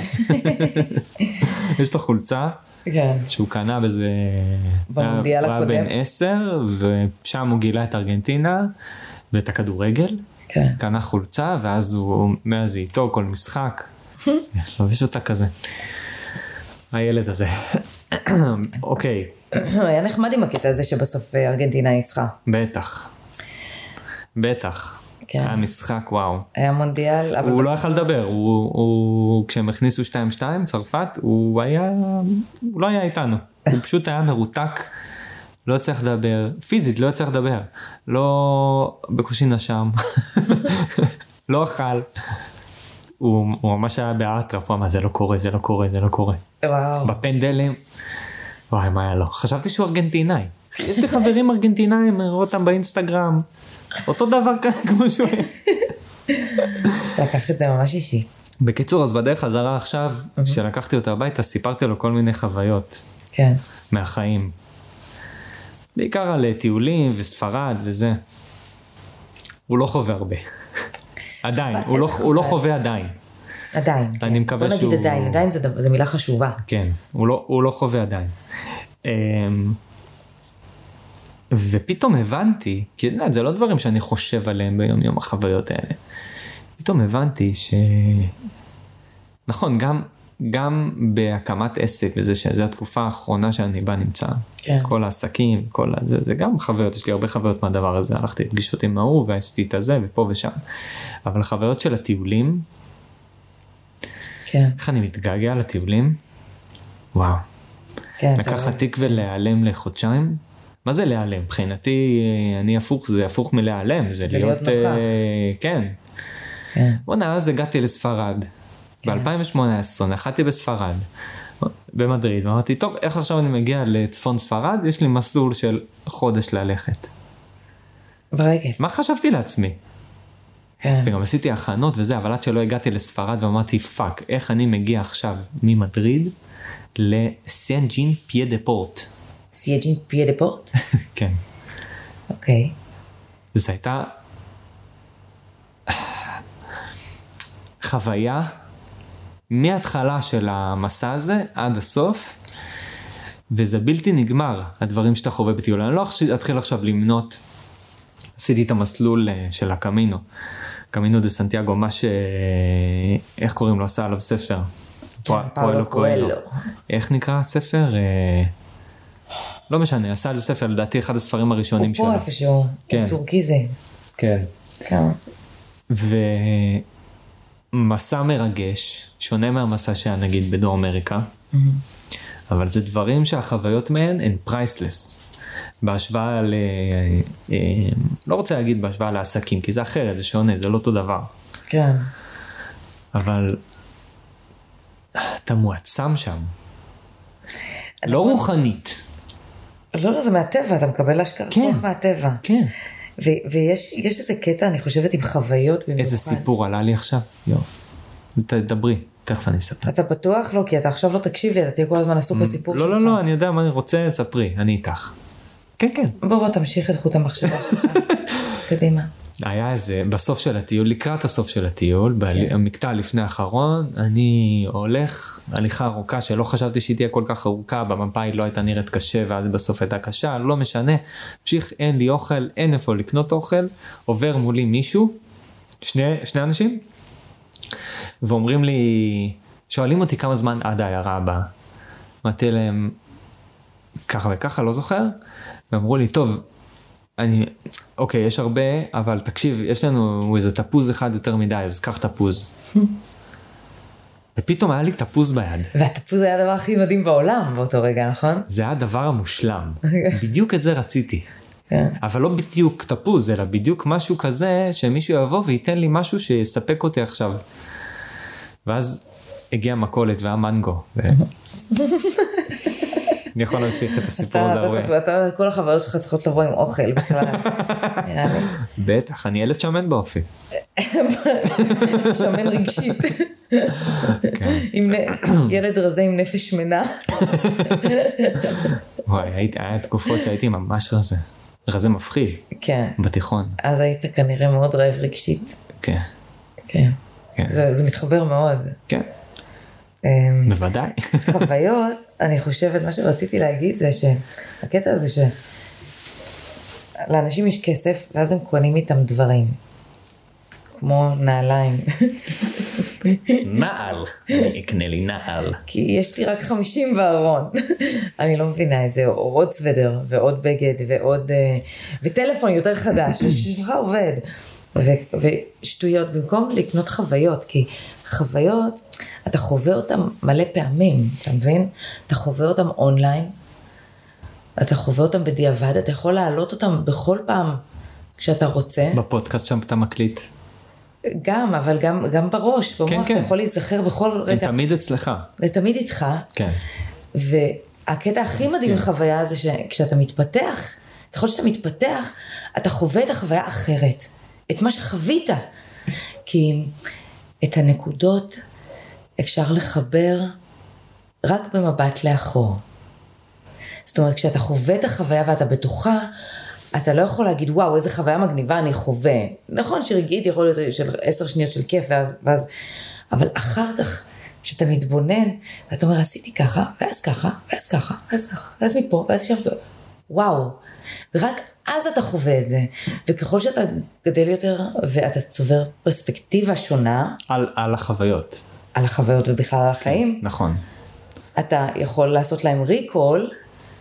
יש לו חולצה כן. שהוא קנה בזה... במונדיאל הקודם. בן עשר, ושם הוא גילה את ארגנטינה, ואת הכדורגל, כן. קנה חולצה, ואז הוא מאז איתו כל משחק, לובש אותה כזה. הילד הזה. אוקיי. היה נחמד עם הקטע הזה שבסוף ארגנטינה ניצחה. בטח. בטח. כן. היה משחק, וואו. היה מונדיאל, אבל... הוא לא יכל לדבר, הוא, הוא, כשהם הכניסו שתיים שתיים, צרפת, הוא היה, הוא לא היה איתנו. הוא פשוט היה מרותק, לא הצליח לדבר, פיזית לא הצליח לדבר. לא, בקושי נשם. לא אכל. הוא, הוא ממש היה באטרף, הוא אמר, זה לא קורה, זה לא קורה, זה לא קורה. וואו. בפנדלים, וואי, מה היה לו? חשבתי שהוא ארגנטינאי. יש לי חברים ארגנטינאים, רואה אותם באינסטגרם. אותו דבר כאן כמו שהוא היה. לקח את זה ממש אישית. בקיצור, אז בדרך חזרה עכשיו, שלקחתי אותה הביתה, סיפרתי לו כל מיני חוויות. כן. מהחיים. בעיקר על טיולים וספרד וזה. הוא לא חווה הרבה. עדיין, הוא לא, הוא לא חווה עדיין. עדיין, כן. אני מקווה שהוא... בוא נגיד עדיין, עדיין זה, זה מילה חשובה. כן, הוא לא, הוא לא חווה עדיין. ופתאום הבנתי, כי זה לא דברים שאני חושב עליהם ביום יום החוויות האלה. פתאום הבנתי ש... נכון, גם, גם בהקמת עסק, וזה שזו התקופה האחרונה שאני בה נמצא. כן. כל העסקים, כל זה, זה גם חוויות, יש לי הרבה חוויות מהדבר הזה. הלכתי לפגישות עם ההוא ועשיתי את הזה ופה ושם. אבל החוויות של הטיולים, כן. איך אני מתגעגע לטיולים? וואו. כן. לקחת תיק ולהיעלם לחודשיים? מה זה להיעלם? מבחינתי, אני הפוך, זה הפוך מלהיעלם, זה להיות... נוכח. כן. כן. בוא'נה, אז הגעתי לספרד. ב-אלפיים שמונה עשרה נחתי בספרד, במדריד, ואמרתי, טוב, איך עכשיו אני מגיע לצפון ספרד? יש לי מסלול של חודש ללכת. ברגל. מה חשבתי לעצמי? כן. וגם עשיתי הכנות וזה, אבל עד שלא הגעתי לספרד ואמרתי, פאק, איך אני מגיע עכשיו ממדריד לסן ג'ין פיה דה פורט? סן ג'ין פיה דה פורט? כן. אוקיי. זו הייתה חוויה מההתחלה של המסע הזה עד הסוף, וזה בלתי נגמר, הדברים שאתה חווה בטיול. אני לא אתחיל עכשיו למנות, עשיתי את המסלול של הקמינו, קמינו דה סנטיאגו, מה ש... איך קוראים לו? עשה עליו ספר. פאולו קואלו. איך נקרא הספר? לא משנה, עשה על ספר, לדעתי אחד הספרים הראשונים שלו. הוא פה איפשהו, כן. טורקיזי. כן. כן. ומסע מרגש, שונה מהמסע שהיה נגיד בדור אמריקה, אבל זה דברים שהחוויות מהן הן פרייסלס. בהשוואה ל... לא רוצה להגיד בהשוואה לעסקים, כי זה אחרת, זה שונה, זה לא אותו דבר. כן. אבל אתה מועצם שם. לא רוחנית. לא, לא, זה מהטבע, אתה מקבל השכרה כוח מהטבע. כן. ויש יש איזה קטע, אני חושבת, עם חוויות במיוחד. איזה סיפור עלה לי עכשיו? יו. תדברי, תכף אני אספר. אתה בטוח? לא, כי אתה עכשיו לא תקשיב לי, אתה תהיה כל הזמן עסוק בסיפור שלך. לא, לא, לא, אני יודע מה אני רוצה, תספרי, אני איתך. כן, כן. בוא, בוא, תמשיך את חוט המחשבה שלך. קדימה. היה איזה, בסוף של הטיול, לקראת הסוף של הטיול, במקטע לפני האחרון, אני הולך הליכה ארוכה, שלא חשבתי שהיא תהיה כל כך ארוכה, במפה היא לא הייתה נראית קשה, ואז בסוף הייתה קשה, לא משנה, המשיך, אין לי אוכל, אין איפה לקנות אוכל, עובר מולי מישהו, שני, שני אנשים, ואומרים לי, שואלים אותי כמה זמן עד העיירה הבאה, אמרתי להם, ככה וככה, לא זוכר, ואמרו לי, טוב, אני, אוקיי, יש הרבה, אבל תקשיב, יש לנו איזה תפוז אחד יותר מדי, אז קח תפוז. ופתאום היה לי תפוז ביד. והתפוז היה הדבר הכי מדהים בעולם באותו רגע, נכון? זה היה הדבר המושלם. בדיוק את זה רציתי. כן. אבל לא בדיוק תפוז, אלא בדיוק משהו כזה, שמישהו יבוא וייתן לי משהו שיספק אותי עכשיו. ואז הגיע מקולת והמנגו. אני יכול להמשיך את הסיפור הזה הרבה. כל החוויות שלך צריכות לבוא עם אוכל בכלל. בטח, אני ילד שמן באופי. שמן רגשית. ילד רזה עם נפש שמנה. וואי, היה תקופות שהייתי ממש רזה. רזה מפחיד. כן. בתיכון. אז היית כנראה מאוד רעב רגשית. כן. כן. זה מתחבר מאוד. כן. בוודאי. חוויות, אני חושבת, מה שרציתי להגיד זה שהקטע הזה ש... לאנשים יש כסף, ואז הם קונים איתם דברים. כמו נעליים. נעל, אני אקנה לי נעל. כי יש לי רק חמישים בארון. אני לא מבינה את זה, או עוד סוודר, ועוד בגד, ועוד, וטלפון יותר חדש, ושלך עובד. ו- ושטויות, במקום לקנות חוויות, כי חוויות, אתה חווה אותם מלא פעמים, אתה מבין? אתה חווה אותם אונליין, אתה חווה אותם בדיעבד, אתה יכול להעלות אותם בכל פעם כשאתה רוצה. בפודקאסט שם אתה מקליט. גם, אבל גם, גם בראש, במוח, כן, אתה כן. יכול להיזכר בכל רגע. הם תמיד אצלך. זה תמיד איתך. כן. והקטע הכי מדהים בחוויה זה שכשאתה מתפתח, ככל שאתה מתפתח, אתה חווה את החוויה אחרת. את מה שחווית. כי את הנקודות אפשר לחבר רק במבט לאחור. זאת אומרת, כשאתה חווה את החוויה ואתה בטוחה, אתה לא יכול להגיד, וואו, איזה חוויה מגניבה אני חווה. נכון שרגעית יכול להיות של עשר שניות של כיף, ואז, אבל אחר כך, כשאתה מתבונן, ואתה אומר, עשיתי ככה, ואז ככה, ואז ככה, ואז ככה, ואז מפה, ואז שם, וואו. ורק אז אתה חווה את זה. וככל שאתה גדל יותר, ואתה צובר פרספקטיבה שונה, על, על החוויות. על החוויות ובכלל על החיים, נכון. אתה יכול לעשות להם ריקול,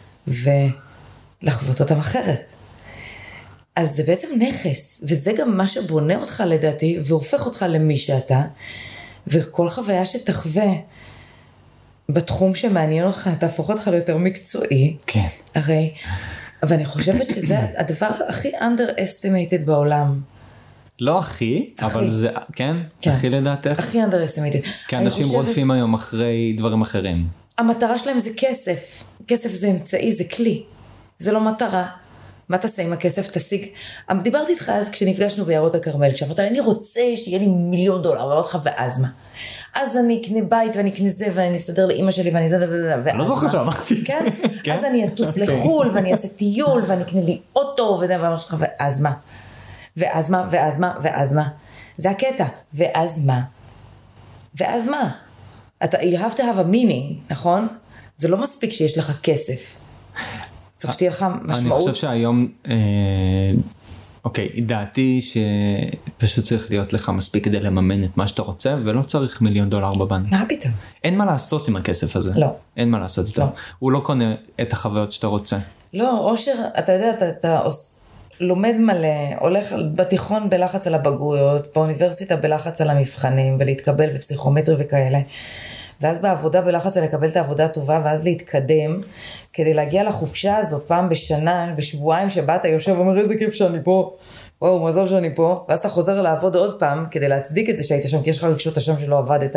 ולחוות אותם אחרת. אז זה בעצם נכס, וזה גם מה שבונה אותך לדעתי, והופך אותך למי שאתה, וכל חוויה שתחווה, בתחום שמעניין אותך, תהפוך אותך ליותר מקצועי. כן. הרי, ואני חושבת שזה הדבר הכי underestimated בעולם. לא הכי, אבל זה, כן? כן. הכי לדעתך? הכי underestimated. כי אנשים חושבת... רודפים היום אחרי דברים אחרים. המטרה שלהם זה כסף. כסף זה אמצעי, זה כלי. זה לא מטרה. מה תעשה עם הכסף? תשיג. דיברתי איתך אז כשנפגשנו ביערות הכרמל, כשאמרת לי, אני רוצה שיהיה לי מיליון דולר, ואמרת לך, ואז מה? אז אני אקנה בית, ואני אקנה זה, ואני אסדר לאמא שלי, ואני אסדר, ואז לא זוכר שאמרתי את זה. כן? אז אני אטוס לחול, ואני אעשה טיול, ואני אקנה לי אוטו, וזה, ואמרת לך, ואז מה? ואז מה? ואז מה? ואז מה? זה הקטע. ואז מה? ואז מה? אתה, you have to have a meaning, נכון? זה לא מספיק שיש לך כסף. צריך שתהיה לך משמעות. אני חושב שהיום, אה, אוקיי, דעתי שפשוט צריך להיות לך מספיק כדי לממן את מה שאתה רוצה, ולא צריך מיליון דולר בבנק. מה פתאום? אין מה לעשות עם הכסף הזה. לא. אין מה לעשות איתו. לא. הוא לא קונה את החוויות שאתה רוצה. לא, אושר, אתה יודע, אתה, אתה עוש, לומד מלא, הולך בתיכון בלחץ על הבגרויות, באוניברסיטה בלחץ על המבחנים, ולהתקבל בפסיכומטרי וכאלה. ואז בעבודה בלחץ על לקבל את העבודה הטובה, ואז להתקדם, כדי להגיע לחופשה הזאת פעם בשנה, בשבועיים שבה אתה יושב ואומר, איזה כיף שאני פה, וואו, מזל שאני פה, ואז אתה חוזר לעבוד עוד פעם, כדי להצדיק את זה שהיית שם, כי יש לך רגשות השם שלא עבדת,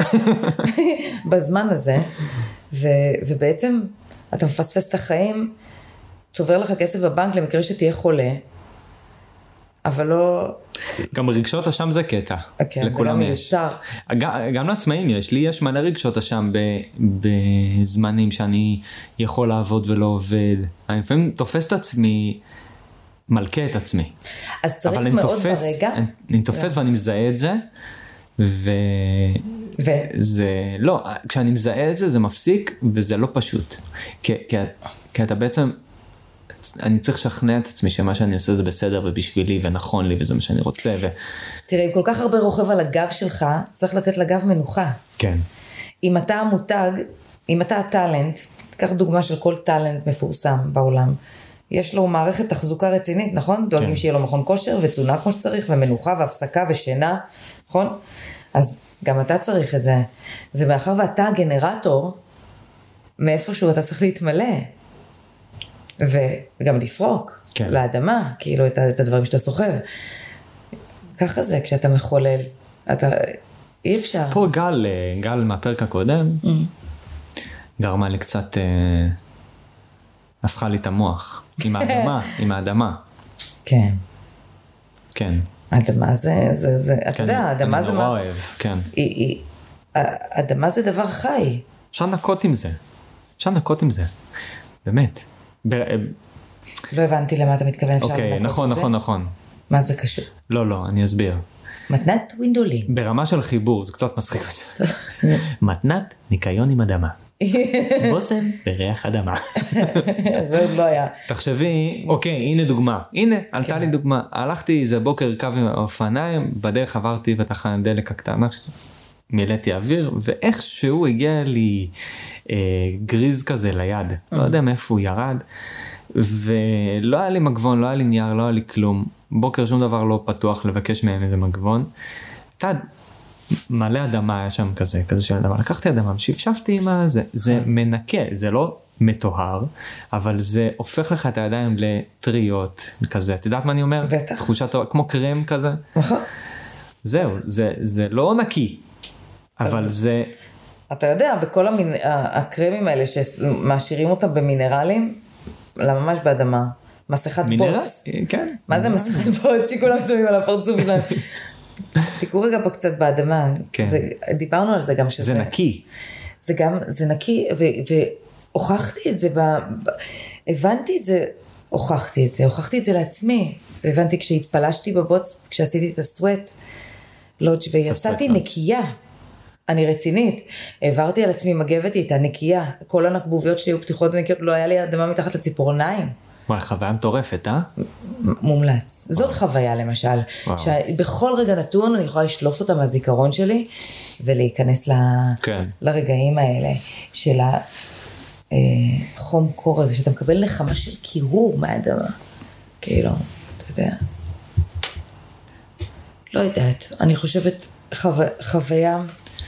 בזמן הזה, ו, ובעצם אתה מפספס את החיים, צובר לך כסף בבנק למקרה שתהיה חולה, אבל לא... גם רגשות אשם זה קטע, okay, לכולם יש. גם, גם לעצמאים יש, לי יש מלא רגשות אשם בזמנים שאני יכול לעבוד ולא עובד. אני לפעמים תופס את עצמי, מלכה את עצמי. אז צריך מאוד תופס, ברגע. אני, אני תופס ואני מזהה את זה, וזה, לא, כשאני מזהה את זה זה מפסיק וזה לא פשוט. כי, כי, כי אתה בעצם... אני צריך לשכנע את עצמי שמה שאני עושה זה בסדר ובשבילי ונכון לי וזה מה שאני רוצה. ו... תראה, אם כל כך הרבה רוכב על הגב שלך, צריך לתת לגב מנוחה. כן. אם אתה המותג, אם אתה הטלנט, תיקח דוגמה של כל טלנט מפורסם בעולם, יש לו מערכת תחזוקה רצינית, נכון? דואגים שיהיה לו מכון כושר ותזונה כמו שצריך, ומנוחה והפסקה ושינה, נכון? אז גם אתה צריך את זה. ומאחר ואתה הגנרטור, מאיפשהו אתה צריך להתמלא. וגם לפרוק כן. לאדמה, כאילו את, את הדברים שאתה סוחב. ככה זה, כשאתה מחולל, אתה, אי אפשר. פה גל, גל מהפרק הקודם, mm. גרמה לי קצת, אה, הפכה לי את המוח, עם האדמה, עם האדמה. כן. כן. האדמה זה, זה, זה, אתה כן, יודע, האדמה זה אני נורא מה... אוהב, כן. היא, היא, האדמה זה דבר חי. אפשר לנקות עם זה, אפשר לנקות עם זה, באמת. ב... לא הבנתי למה אתה מתכוון. אוקיי, נכון, נכון, נכון. מה זה קשור? לא, לא, אני אסביר. מתנת ווינדולים. ברמה של חיבור, זה קצת מצחיק. מתנת ניקיון עם אדמה. בושם בריח אדמה. זה עוד לא היה. תחשבי, אוקיי, הנה דוגמה. הנה, עלתה לי דוגמה. הלכתי איזה בוקר קו עם האופניים, בדרך עברתי בתחנת דלק הקטנה, מילאתי אוויר, ואיכשהו הגיע לי אה, גריז כזה ליד. לא יודע מאיפה הוא ירד. ולא היה לי מגבון, לא היה לי נייר, לא היה לי כלום. בוקר שום דבר לא פתוח לבקש מהם איזה מגבון. אתה מלא אדמה היה שם כזה, כזה של אדמה. לקחתי אדמה ושפשפתי עם הזה. זה מנקה, זה לא מטוהר, אבל זה הופך לך את הידיים לטריות כזה. את יודעת מה אני אומר? בטח. תחושה טובה, כמו קרם כזה. נכון. זהו, זה, זה לא נקי, אבל זה... אתה יודע, בכל המין, הקרמים האלה שמעשירים אותם במינרלים, אלא ממש באדמה. מסכת בוץ. כן. מה זה מסכת בוץ שכולם שמים על הפרצוף שלהם? תיקחו רגע פה קצת באדמה. כן. זה, דיברנו על זה גם שזה... זה נקי. זה גם, זה נקי, ו, והוכחתי את זה, ב, ב, הבנתי את זה, הוכחתי את זה, הוכחתי את זה לעצמי. והבנתי כשהתפלשתי בבוץ, כשעשיתי את הסווט, לודג' ויצאתי נקייה. אני רצינית, העברתי על עצמי מגבת איתה, נקייה, כל הנקבוביות שלי היו פתיחות ונקיות, לא היה לי אדמה מתחת לציפורניים. וואי, חוויה מטורפת, אה? מומלץ. זאת חוויה למשל, שבכל רגע נתון אני יכולה לשלוף אותה מהזיכרון שלי, ולהיכנס ל... כן. לרגעים האלה, של החום קור הזה, שאתה מקבל נחמה של קירור מהאדמה. כאילו, אתה יודע. לא יודעת, אני חושבת חו... חוויה...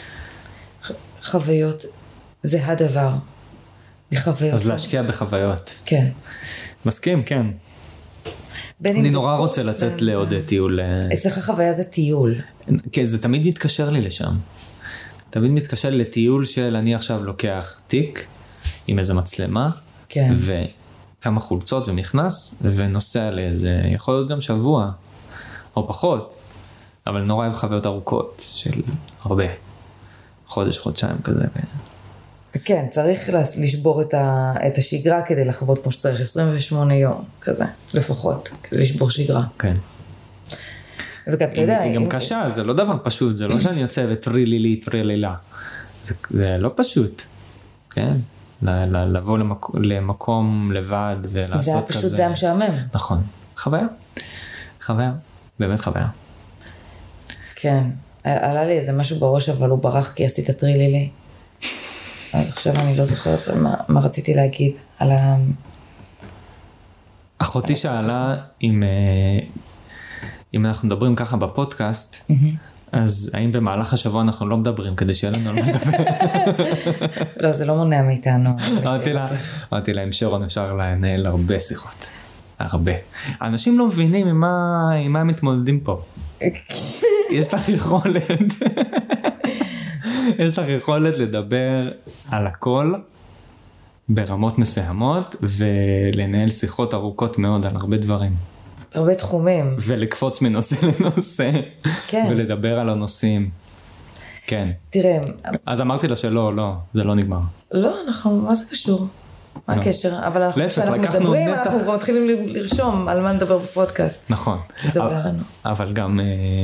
חוויות זה הדבר. בחוויות. אז להשקיע בחוויות. כן. מסכים, כן. אני נורא רוצה לצאת לעוד טיול. אצלך חוויה זה טיול. כן, זה תמיד מתקשר לי לשם. תמיד מתקשר לי לטיול של אני עכשיו לוקח תיק עם איזה מצלמה. כן. וכמה חולצות ומכנס ונוסע לאיזה, יכול להיות גם שבוע או פחות, אבל נורא אוהב חוויות ארוכות של הרבה. חודש, חודשיים כזה. כן, צריך לשבור את, ה, את השגרה כדי לחוות כמו שצריך, עשרים ושמונה יום כזה, לפחות, כדי לשבור שגרה. כן. וגם אתה יודע... היא גם קשה, זה לא דבר פשוט, זה לא שאני יוצא וטרילי לי, טרילי לה. זה, זה לא פשוט, כן? לבוא למקום, למקום לבד ולעשות כזה. זה היה פשוט, זה היה משעמם. נכון. חוויה. חוויה. באמת חוויה. כן. עלה לי איזה משהו בראש, אבל הוא ברח כי עשית טרילי לי. אז עכשיו אני לא זוכרת מה, מה רציתי להגיד על ה... אחותי שאלה אם, אם אנחנו מדברים ככה בפודקאסט, אז האם במהלך השבוע אנחנו לא מדברים כדי שיהיה לנו על מה לדבר? לא, זה לא מונע מאיתנו. אמרתי לה, עם שרון אפשר לנהל הרבה שיחות. הרבה. האנשים לא מבינים עם מה, עם מה הם מתמודדים פה. יש לך יכולת. יש לך יכולת לדבר על הכל ברמות מסוימות ולנהל שיחות ארוכות מאוד על הרבה דברים. הרבה תחומים. ולקפוץ מנושא לנושא. כן. ולדבר על הנושאים. כן. תראה. אז אמרתי לה שלא, לא, זה לא נגמר. לא, אנחנו, מה זה קשור? מה הקשר? אבל אנחנו, כשאנחנו מדברים, אנחנו כבר מתחילים לרשום על מה נדבר בפודקאסט. נכון. זה עולה לנו. אבל גם...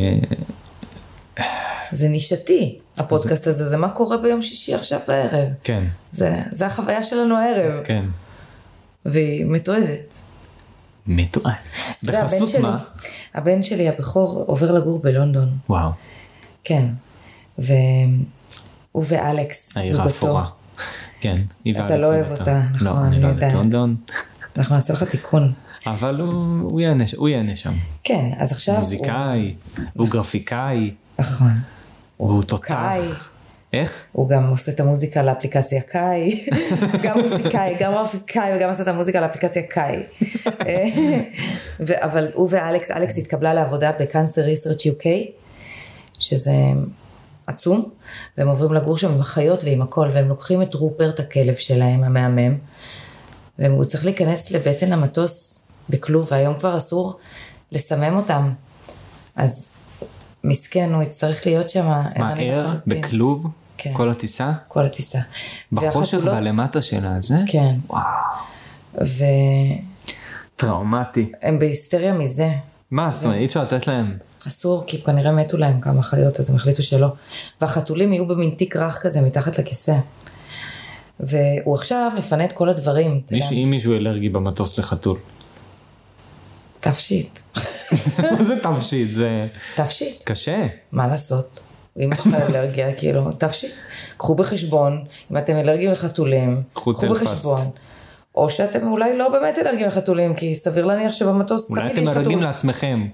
זה נישתי, הפודקאסט הזה, זה מה קורה ביום שישי עכשיו בערב. כן. זה, זה החוויה שלנו הערב. כן. והיא מתועדת. מתועד. בחסות מה? הבן שלי, הבכור, עובר לגור בלונדון. וואו. כן. והוא ואלכס, העיר האפורה. כן. אתה לא אוהב אותה, נכון, לא, אני לא אוהב את לונדון. אנחנו נעשה לך תיקון. אבל הוא ייהנה שם. כן, אז עכשיו... מוזיקאי, הוא גרפיקאי. נכון. והוא תותח. איך? הוא גם עושה את המוזיקה לאפליקציה קאי. גם מוזיקאי, גם גרפיקאי, וגם עושה את המוזיקה לאפליקציה קאי. אבל הוא ואלכס, אלכס התקבלה לעבודה בקאנסר ריסרצ' יו קיי, שזה עצום, והם עוברים לגור שם עם החיות ועם הכל, והם לוקחים את רופרט הכלב שלהם, המאמם, והוא צריך להיכנס לבטן המטוס בכלוב, והיום כבר אסור לסמם אותם. אז מסכן, הוא יצטרך להיות שם. מה, ער? בכלוב? כן. כל הטיסה? כל הטיסה. בחושך בלמטה שלה, זה? כן. וואו. ו... טראומטי. הם בהיסטריה מזה. מה? זאת אומרת, אי אפשר לתת להם? אסור, כי כנראה מתו להם כמה חיות, אז הם החליטו שלא. והחתולים יהיו במין תיק רך כזה, מתחת לכיסא. והוא עכשיו מפנה את כל הדברים. אם מישהו אלרגי במטוס לחתול. תפשיט. זה תפשיט, זה... תפשיט. קשה. מה לעשות? אם יש לך אלרגיה, כאילו, תפשיט. קחו בחשבון, אם אתם אלרגיים לחתולים, קחו בחשבון. או שאתם אולי לא באמת אלרגיים לחתולים, כי סביר להניח שבמטוס תמיד יש חתול. אולי אתם אלרגיים לעצמכם.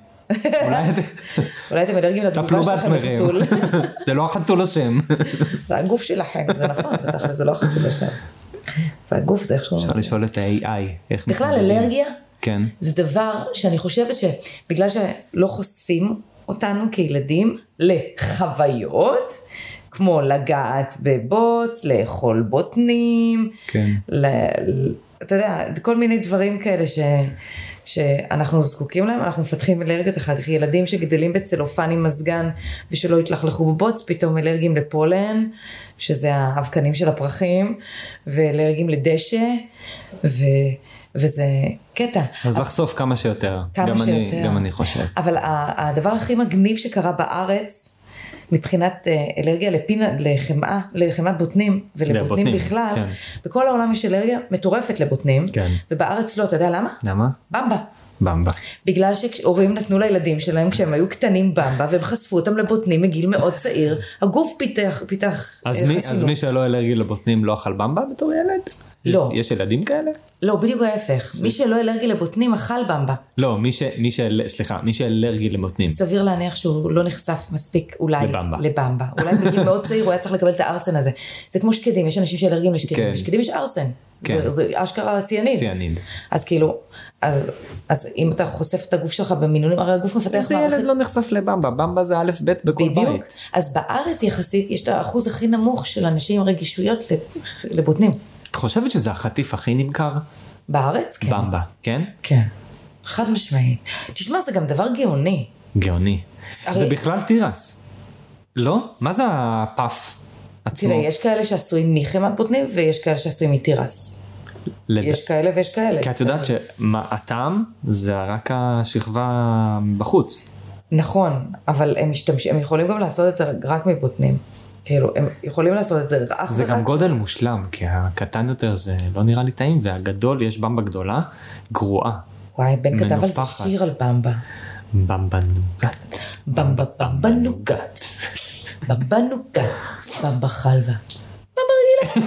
אולי אתם אלרגיים לתגובה שלכם לחתול. זה לא החתול השם. זה הגוף שלכם, זה נכון, בטח זה לא החתול השם. זה הגוף, זה איך שהוא... אפשר לשאול את ה-איי איי. בכלל, אלרגיה, כן. זה דבר שאני חושבת שבגלל שלא חושפים אותנו כילדים לחוויות, כמו לגעת בבוץ, לאכול בוטנים, כן. אתה יודע, כל מיני דברים כאלה ש... שאנחנו זקוקים להם, אנחנו מפתחים אלרגיות אחר כך, ילדים שגדלים בצלופן עם מזגן ושלא יתלכלכו בבוץ, פתאום אלרגיים לפולן, שזה האבקנים של הפרחים, ואלרגיים לדשא, ו... וזה קטע. אז לחשוף כמה שיותר. כמה גם שיותר. אני, גם אני חושב. אבל הדבר הכי מגניב שקרה בארץ, מבחינת אלרגיה לפינה, לחמאה, לחמאת בוטנים ולבוטנים בכלל, כן. בכל העולם יש אלרגיה מטורפת לבוטנים, כן. ובארץ לא, אתה יודע למה? למה? במבה. במבה. בגלל שהורים נתנו לילדים שלהם כשהם היו קטנים במבה, והם חשפו אותם לבוטנים מגיל מאוד צעיר, הגוף פיתח, פיתח אז מי, אז מי שלא אלרגי לבוטנים לא אכל במבה בתור ילד? לא. יש ילדים כאלה? לא, בדיוק ההפך. מי שלא אלרגי לבוטנים אכל במבה. לא, מי ש... מי של... סליחה, מי שאלרגי לבוטנים. סביר להניח שהוא לא נחשף מספיק אולי לבמבה. לבמבה. אולי בגיל מאוד צעיר הוא היה צריך לקבל את הארסן הזה. זה כמו שקדים, יש אנשים שאלרגיים לשקדים. כן. בשקדים יש ארסן. כן. זה, זה אשכרה ציאניד. ציאניד. אז כאילו, אז, אז אם אתה חושף את הגוף שלך במינונים, הרי הגוף מפתח מערכת... איזה ילד לא נחשף לבמבה? במבה זה א' ב' בכל בדיוק. בית. אז בארץ יחסית יש את האחוז הכי נמוך של אנשים עם רגישויות לבוטנים. את חושבת שזה החטיף הכי נמכר? בארץ? כן. במבה, כן? כן. חד משמעית. תשמע, זה גם דבר גאוני. גאוני. הרי... זה בכלל תירס. לא? מה זה הפף עצמו? תראה, יש כאלה שעשויים מחמת בוטנים, ויש כאלה שעשויים מתירס. לד... יש כאלה ויש כאלה. כי את יודעת שהטעם זה רק השכבה בחוץ. נכון, אבל הם, משתמש... הם יכולים גם לעשות את זה רק מבוטנים. כאילו, הם יכולים לעשות את זה אך זה ורק. גם גודל מושלם, כי הקטן יותר זה לא נראה לי טעים, והגדול יש במבה גדולה, גרועה. וואי, בן כתב על זה שיר על במבה. במבה נוגת. במבה במבה נוגת. במבה נוגת. במבה חלבה. במבה רגילה.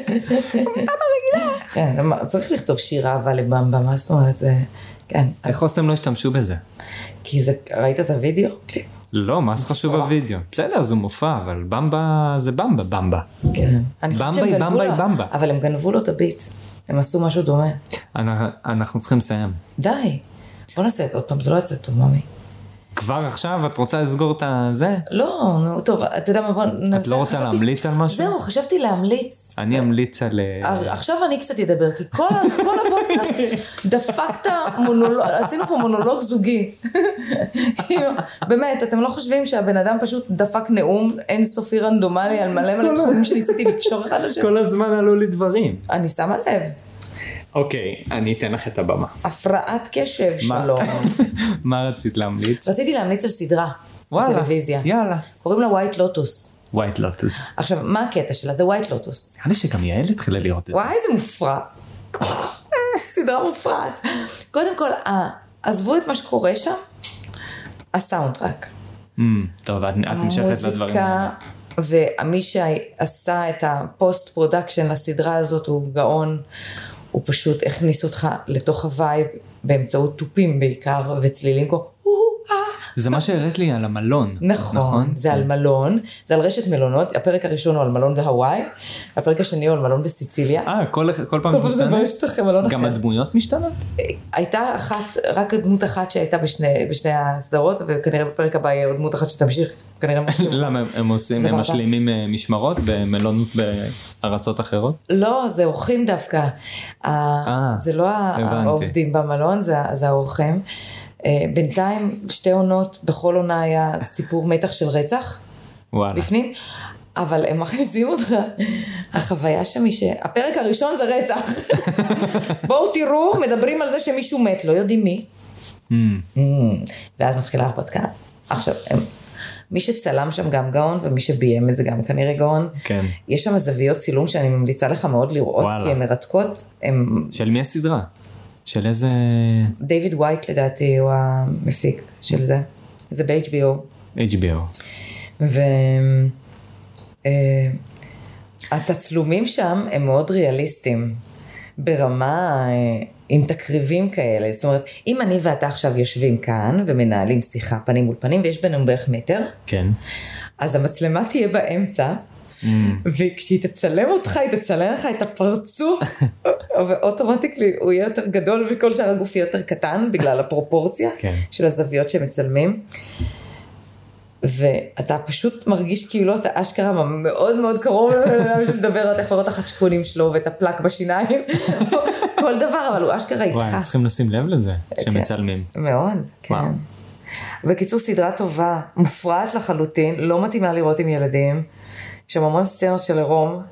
במבה רגילה. כן, צריך לכתוב שיר אהבה לבמבה, מה זאת אומרת? זה... כן. איך עושים לא השתמשו בזה? כי זה, ראית את הוידאו? לא, מה זה חשוב בווידאו? בסדר, זה מופע, אבל במבה זה במבה, במבה. כן. במבה היא במבה היא במבה. אבל הם גנבו לו את הביט. הם עשו משהו דומה. אנחנו צריכים לסיים. די. בוא נעשה את עוד פעם, זה לא יצא טוב, ממי. כבר עכשיו את רוצה לסגור את זה? לא, נו, טוב, אתה יודע מה, בוא ננסה. את לא רוצה חשבתי, להמליץ על משהו? זהו, חשבתי להמליץ. אני אמליץ על... עכשיו אני קצת אדבר, כי כל, כל הפודקאסט דפקת מונולוג, עשינו פה מונולוג זוגי. באמת, אתם לא חושבים שהבן אדם פשוט דפק נאום אינסופי רנדומלי על מלא מלא תחומים שניסיתי לקשור אחד לשני? כל הזמן עלו לי דברים. אני שמה לב. אוקיי, אני אתן לך את הבמה. הפרעת קשב, שלום. מה רצית להמליץ? רציתי להמליץ על סדרה. וואלה, טלוויזיה. יאללה. קוראים לה ווייט לוטוס. ווייט לוטוס. עכשיו, מה הקטע שלה? The White Lotus. נראה לי שגם יעל התחילה לראות את זה. וואי, איזה מופרע. סדרה מופרעת. קודם כל, עזבו את מה שקורה שם, הסאונדטרק. טוב, את משכת לדברים. המוזיקה, ומי שעשה את הפוסט פרודקשן לסדרה הזאת הוא גאון, הוא פשוט הכניס אותך לתוך הווייב, באמצעות טופים בעיקר, וצלילים כמו, זה מה שהראית לי על המלון. נכון, נכון, זה על מלון, זה על רשת מלונות, הפרק הראשון הוא על מלון בהוואי, הפרק השני הוא על מלון בסיציליה. אה, כל, כל פעם כל משתנה? משתנה? גם הדמויות משתנות? הייתה אחת, רק דמות אחת שהייתה בשני, בשני הסדרות, וכנראה בפרק הבא יהיה עוד דמות אחת שתמשיך, כנראה משלים. למה הם עושים, הם משלימים משמרות במלונות בארצות אחרות? לא, זה אורחים דווקא. אה, זה לא העובדים במלון, זה, זה האורחים. בינתיים שתי עונות, בכל עונה היה סיפור מתח של רצח. וואלה. בפנים, אבל הם מכניסים אותך. החוויה שמי ש... הפרק הראשון זה רצח. בואו תראו, מדברים על זה שמישהו מת, לא יודעים מי. ואז מתחילה הרפתקה. עכשיו, הם... מי שצלם שם גם גאון, ומי שביים את זה גם כנראה גאון. כן. יש שם זוויות צילום שאני ממליצה לך מאוד לראות, וואלה. כי הן מרתקות. הם... של מי הסדרה? של איזה... דיוויד ווייט לדעתי הוא המפיק של זה. זה ב-אייץ' בי או. אייץ' בי או. והתצלומים שם הם מאוד ריאליסטיים, ברמה עם תקריבים כאלה. זאת אומרת, אם אני ואתה עכשיו יושבים כאן ומנהלים שיחה פנים מול פנים, ויש בינינו בערך מטר, כן. אז המצלמה תהיה באמצע, mm. וכשהיא תצלם אותך, היא תצלם לך את הפרצוף, ואוטומטיקלי הוא יהיה יותר גדול, וכל שאר הגוף יהיה יותר קטן, בגלל הפרופורציה כן. של הזוויות שמצלמים. ואתה פשוט מרגיש כאילו אתה אשכרה מאוד מאוד קרוב לבן שמדבר, אתה יכול לראות את החצ'קונים שלו ואת הפלק בשיניים, כל דבר, אבל הוא אשכרה איתך. וואי, צריכים לשים לב לזה שמצלמים. מאוד, כן. בקיצור, סדרה טובה, מופרעת לחלוטין, לא מתאימה לראות עם ילדים, יש שם המון סצנות של עירום,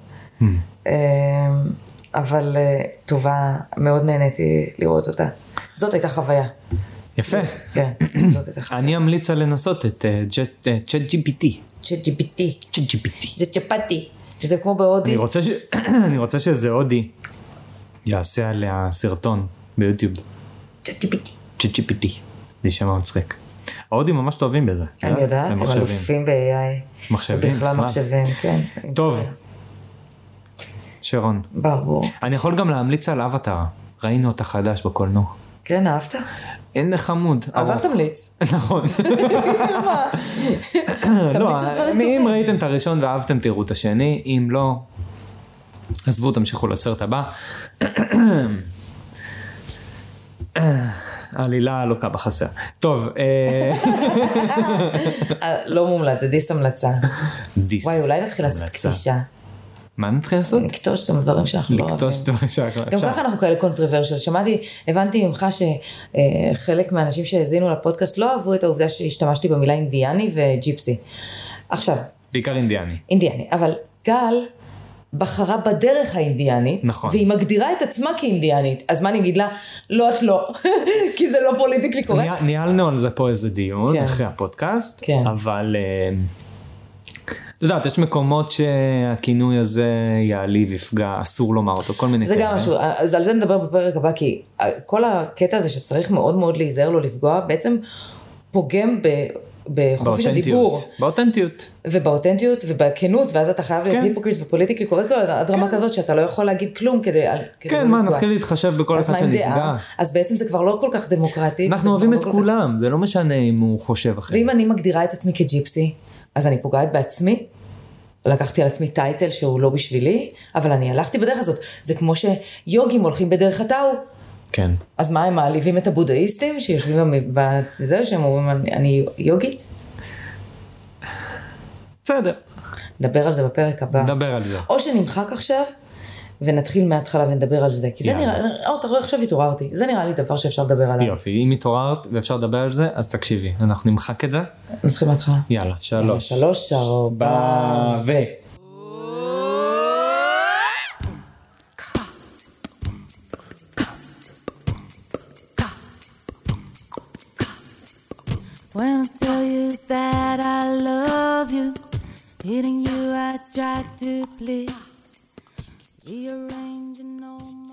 אבל טובה, מאוד נהניתי לראות אותה. זאת הייתה חוויה. יפה. כן, זאת הייתה חוויה. אני אמליץ לנסות את צ'אט ג'י פי טי. צ'אט ג'י פי טי. צ'אט ג'י פי טי. זה צ'פטי. זה כמו בהודי. אני רוצה שזה הודי יעשה עליה סרטון ביוטיוב. צ'אט ג'י פי טי. צ'אט ג'י פי טי. זה יישמע מצחיק. ההודים ממש טובים בזה. אני יודעת, הם אלופים ב-איי איי. מחשבים. בכלל מחשבים, כן. טוב. שרון. ברור. אני יכול גם להמליץ על אבטר. ראינו אותה חדש בקולנוע. כן, אהבת? אין חמוד. אז אל תמליץ. נכון. מה? לא, אם ראיתם את הראשון ואהבתם תראו את השני, אם לא, עזבו, תמשיכו לסרט הבא. העלילה לוקה בחסר. טוב. לא מומלץ, זה דיס המלצה. דיס. וואי, אולי נתחיל לעשות קטישה. מה נתחיל לעשות? לקטוש גם דברים שאנחנו לא אוהבים. לקטוש דברים שאנחנו לא גם ככה אנחנו כאלה קונטרוברשל. שמעתי, הבנתי ממך שחלק מהאנשים שהזינו לפודקאסט לא אהבו את העובדה שהשתמשתי במילה אינדיאני וג'יפסי. עכשיו. בעיקר אינדיאני. אינדיאני, אבל גל בחרה בדרך האינדיאנית, נכון. והיא מגדירה את עצמה כאינדיאנית. אז מה אני אגיד לה? לא, את לא. כי זה לא פוליטיקלי קורקט. ניהלנו על זה פה איזה דיון אחרי הפודקאסט, אבל... אתה יודעת, יש מקומות שהכינוי הזה יעליב, יפגע, אסור לומר אותו, כל מיני זה כאלה. גם משהו, אז על זה נדבר בפרק הבא, כי כל הקטע הזה שצריך מאוד מאוד להיזהר לו לפגוע, בעצם פוגם בחופש הדיבור. באותנטיות. ובאותנטיות ובכנות, ואז אתה חייב להיות היפוקריט ופוליטיקלי קורקט, עד רמה כזאת שאתה לא יכול להגיד כלום כדי... כן, מה, נתחיל להתחשב בכל אחד שנפגע. אז בעצם זה כבר לא כל כך דמוקרטי. אנחנו אוהבים את כולם, זה לא משנה אם הוא חושב אחר. ואם אני מגדירה את עצמי כג'יפסי, אז אני פוגעת בעצמי, לקחתי על עצמי טייטל שהוא לא בשבילי, אבל אני הלכתי בדרך הזאת. זה כמו שיוגים הולכים בדרך הטאו. כן. אז מה, הם מעליבים את הבודהיסטים שיושבים בזה, שהם אומרים, אני יוגית? בסדר. נדבר על זה בפרק הבא. נדבר על זה. או שנמחק עכשיו, ונתחיל מההתחלה ונדבר על זה. כי זה נראה, או, אתה רואה, עכשיו התעוררתי. זה נראה לי דבר שאפשר לדבר עליו. יופי, אם התעוררת ואפשר לדבר על זה, אז תקשיבי, אנחנו נמחק את זה. נתחיל מההתחלה. יאללה, שלוש. שלוש, ארבע, ו... When I tell you that I love you, hitting you I try to please, rearranging all my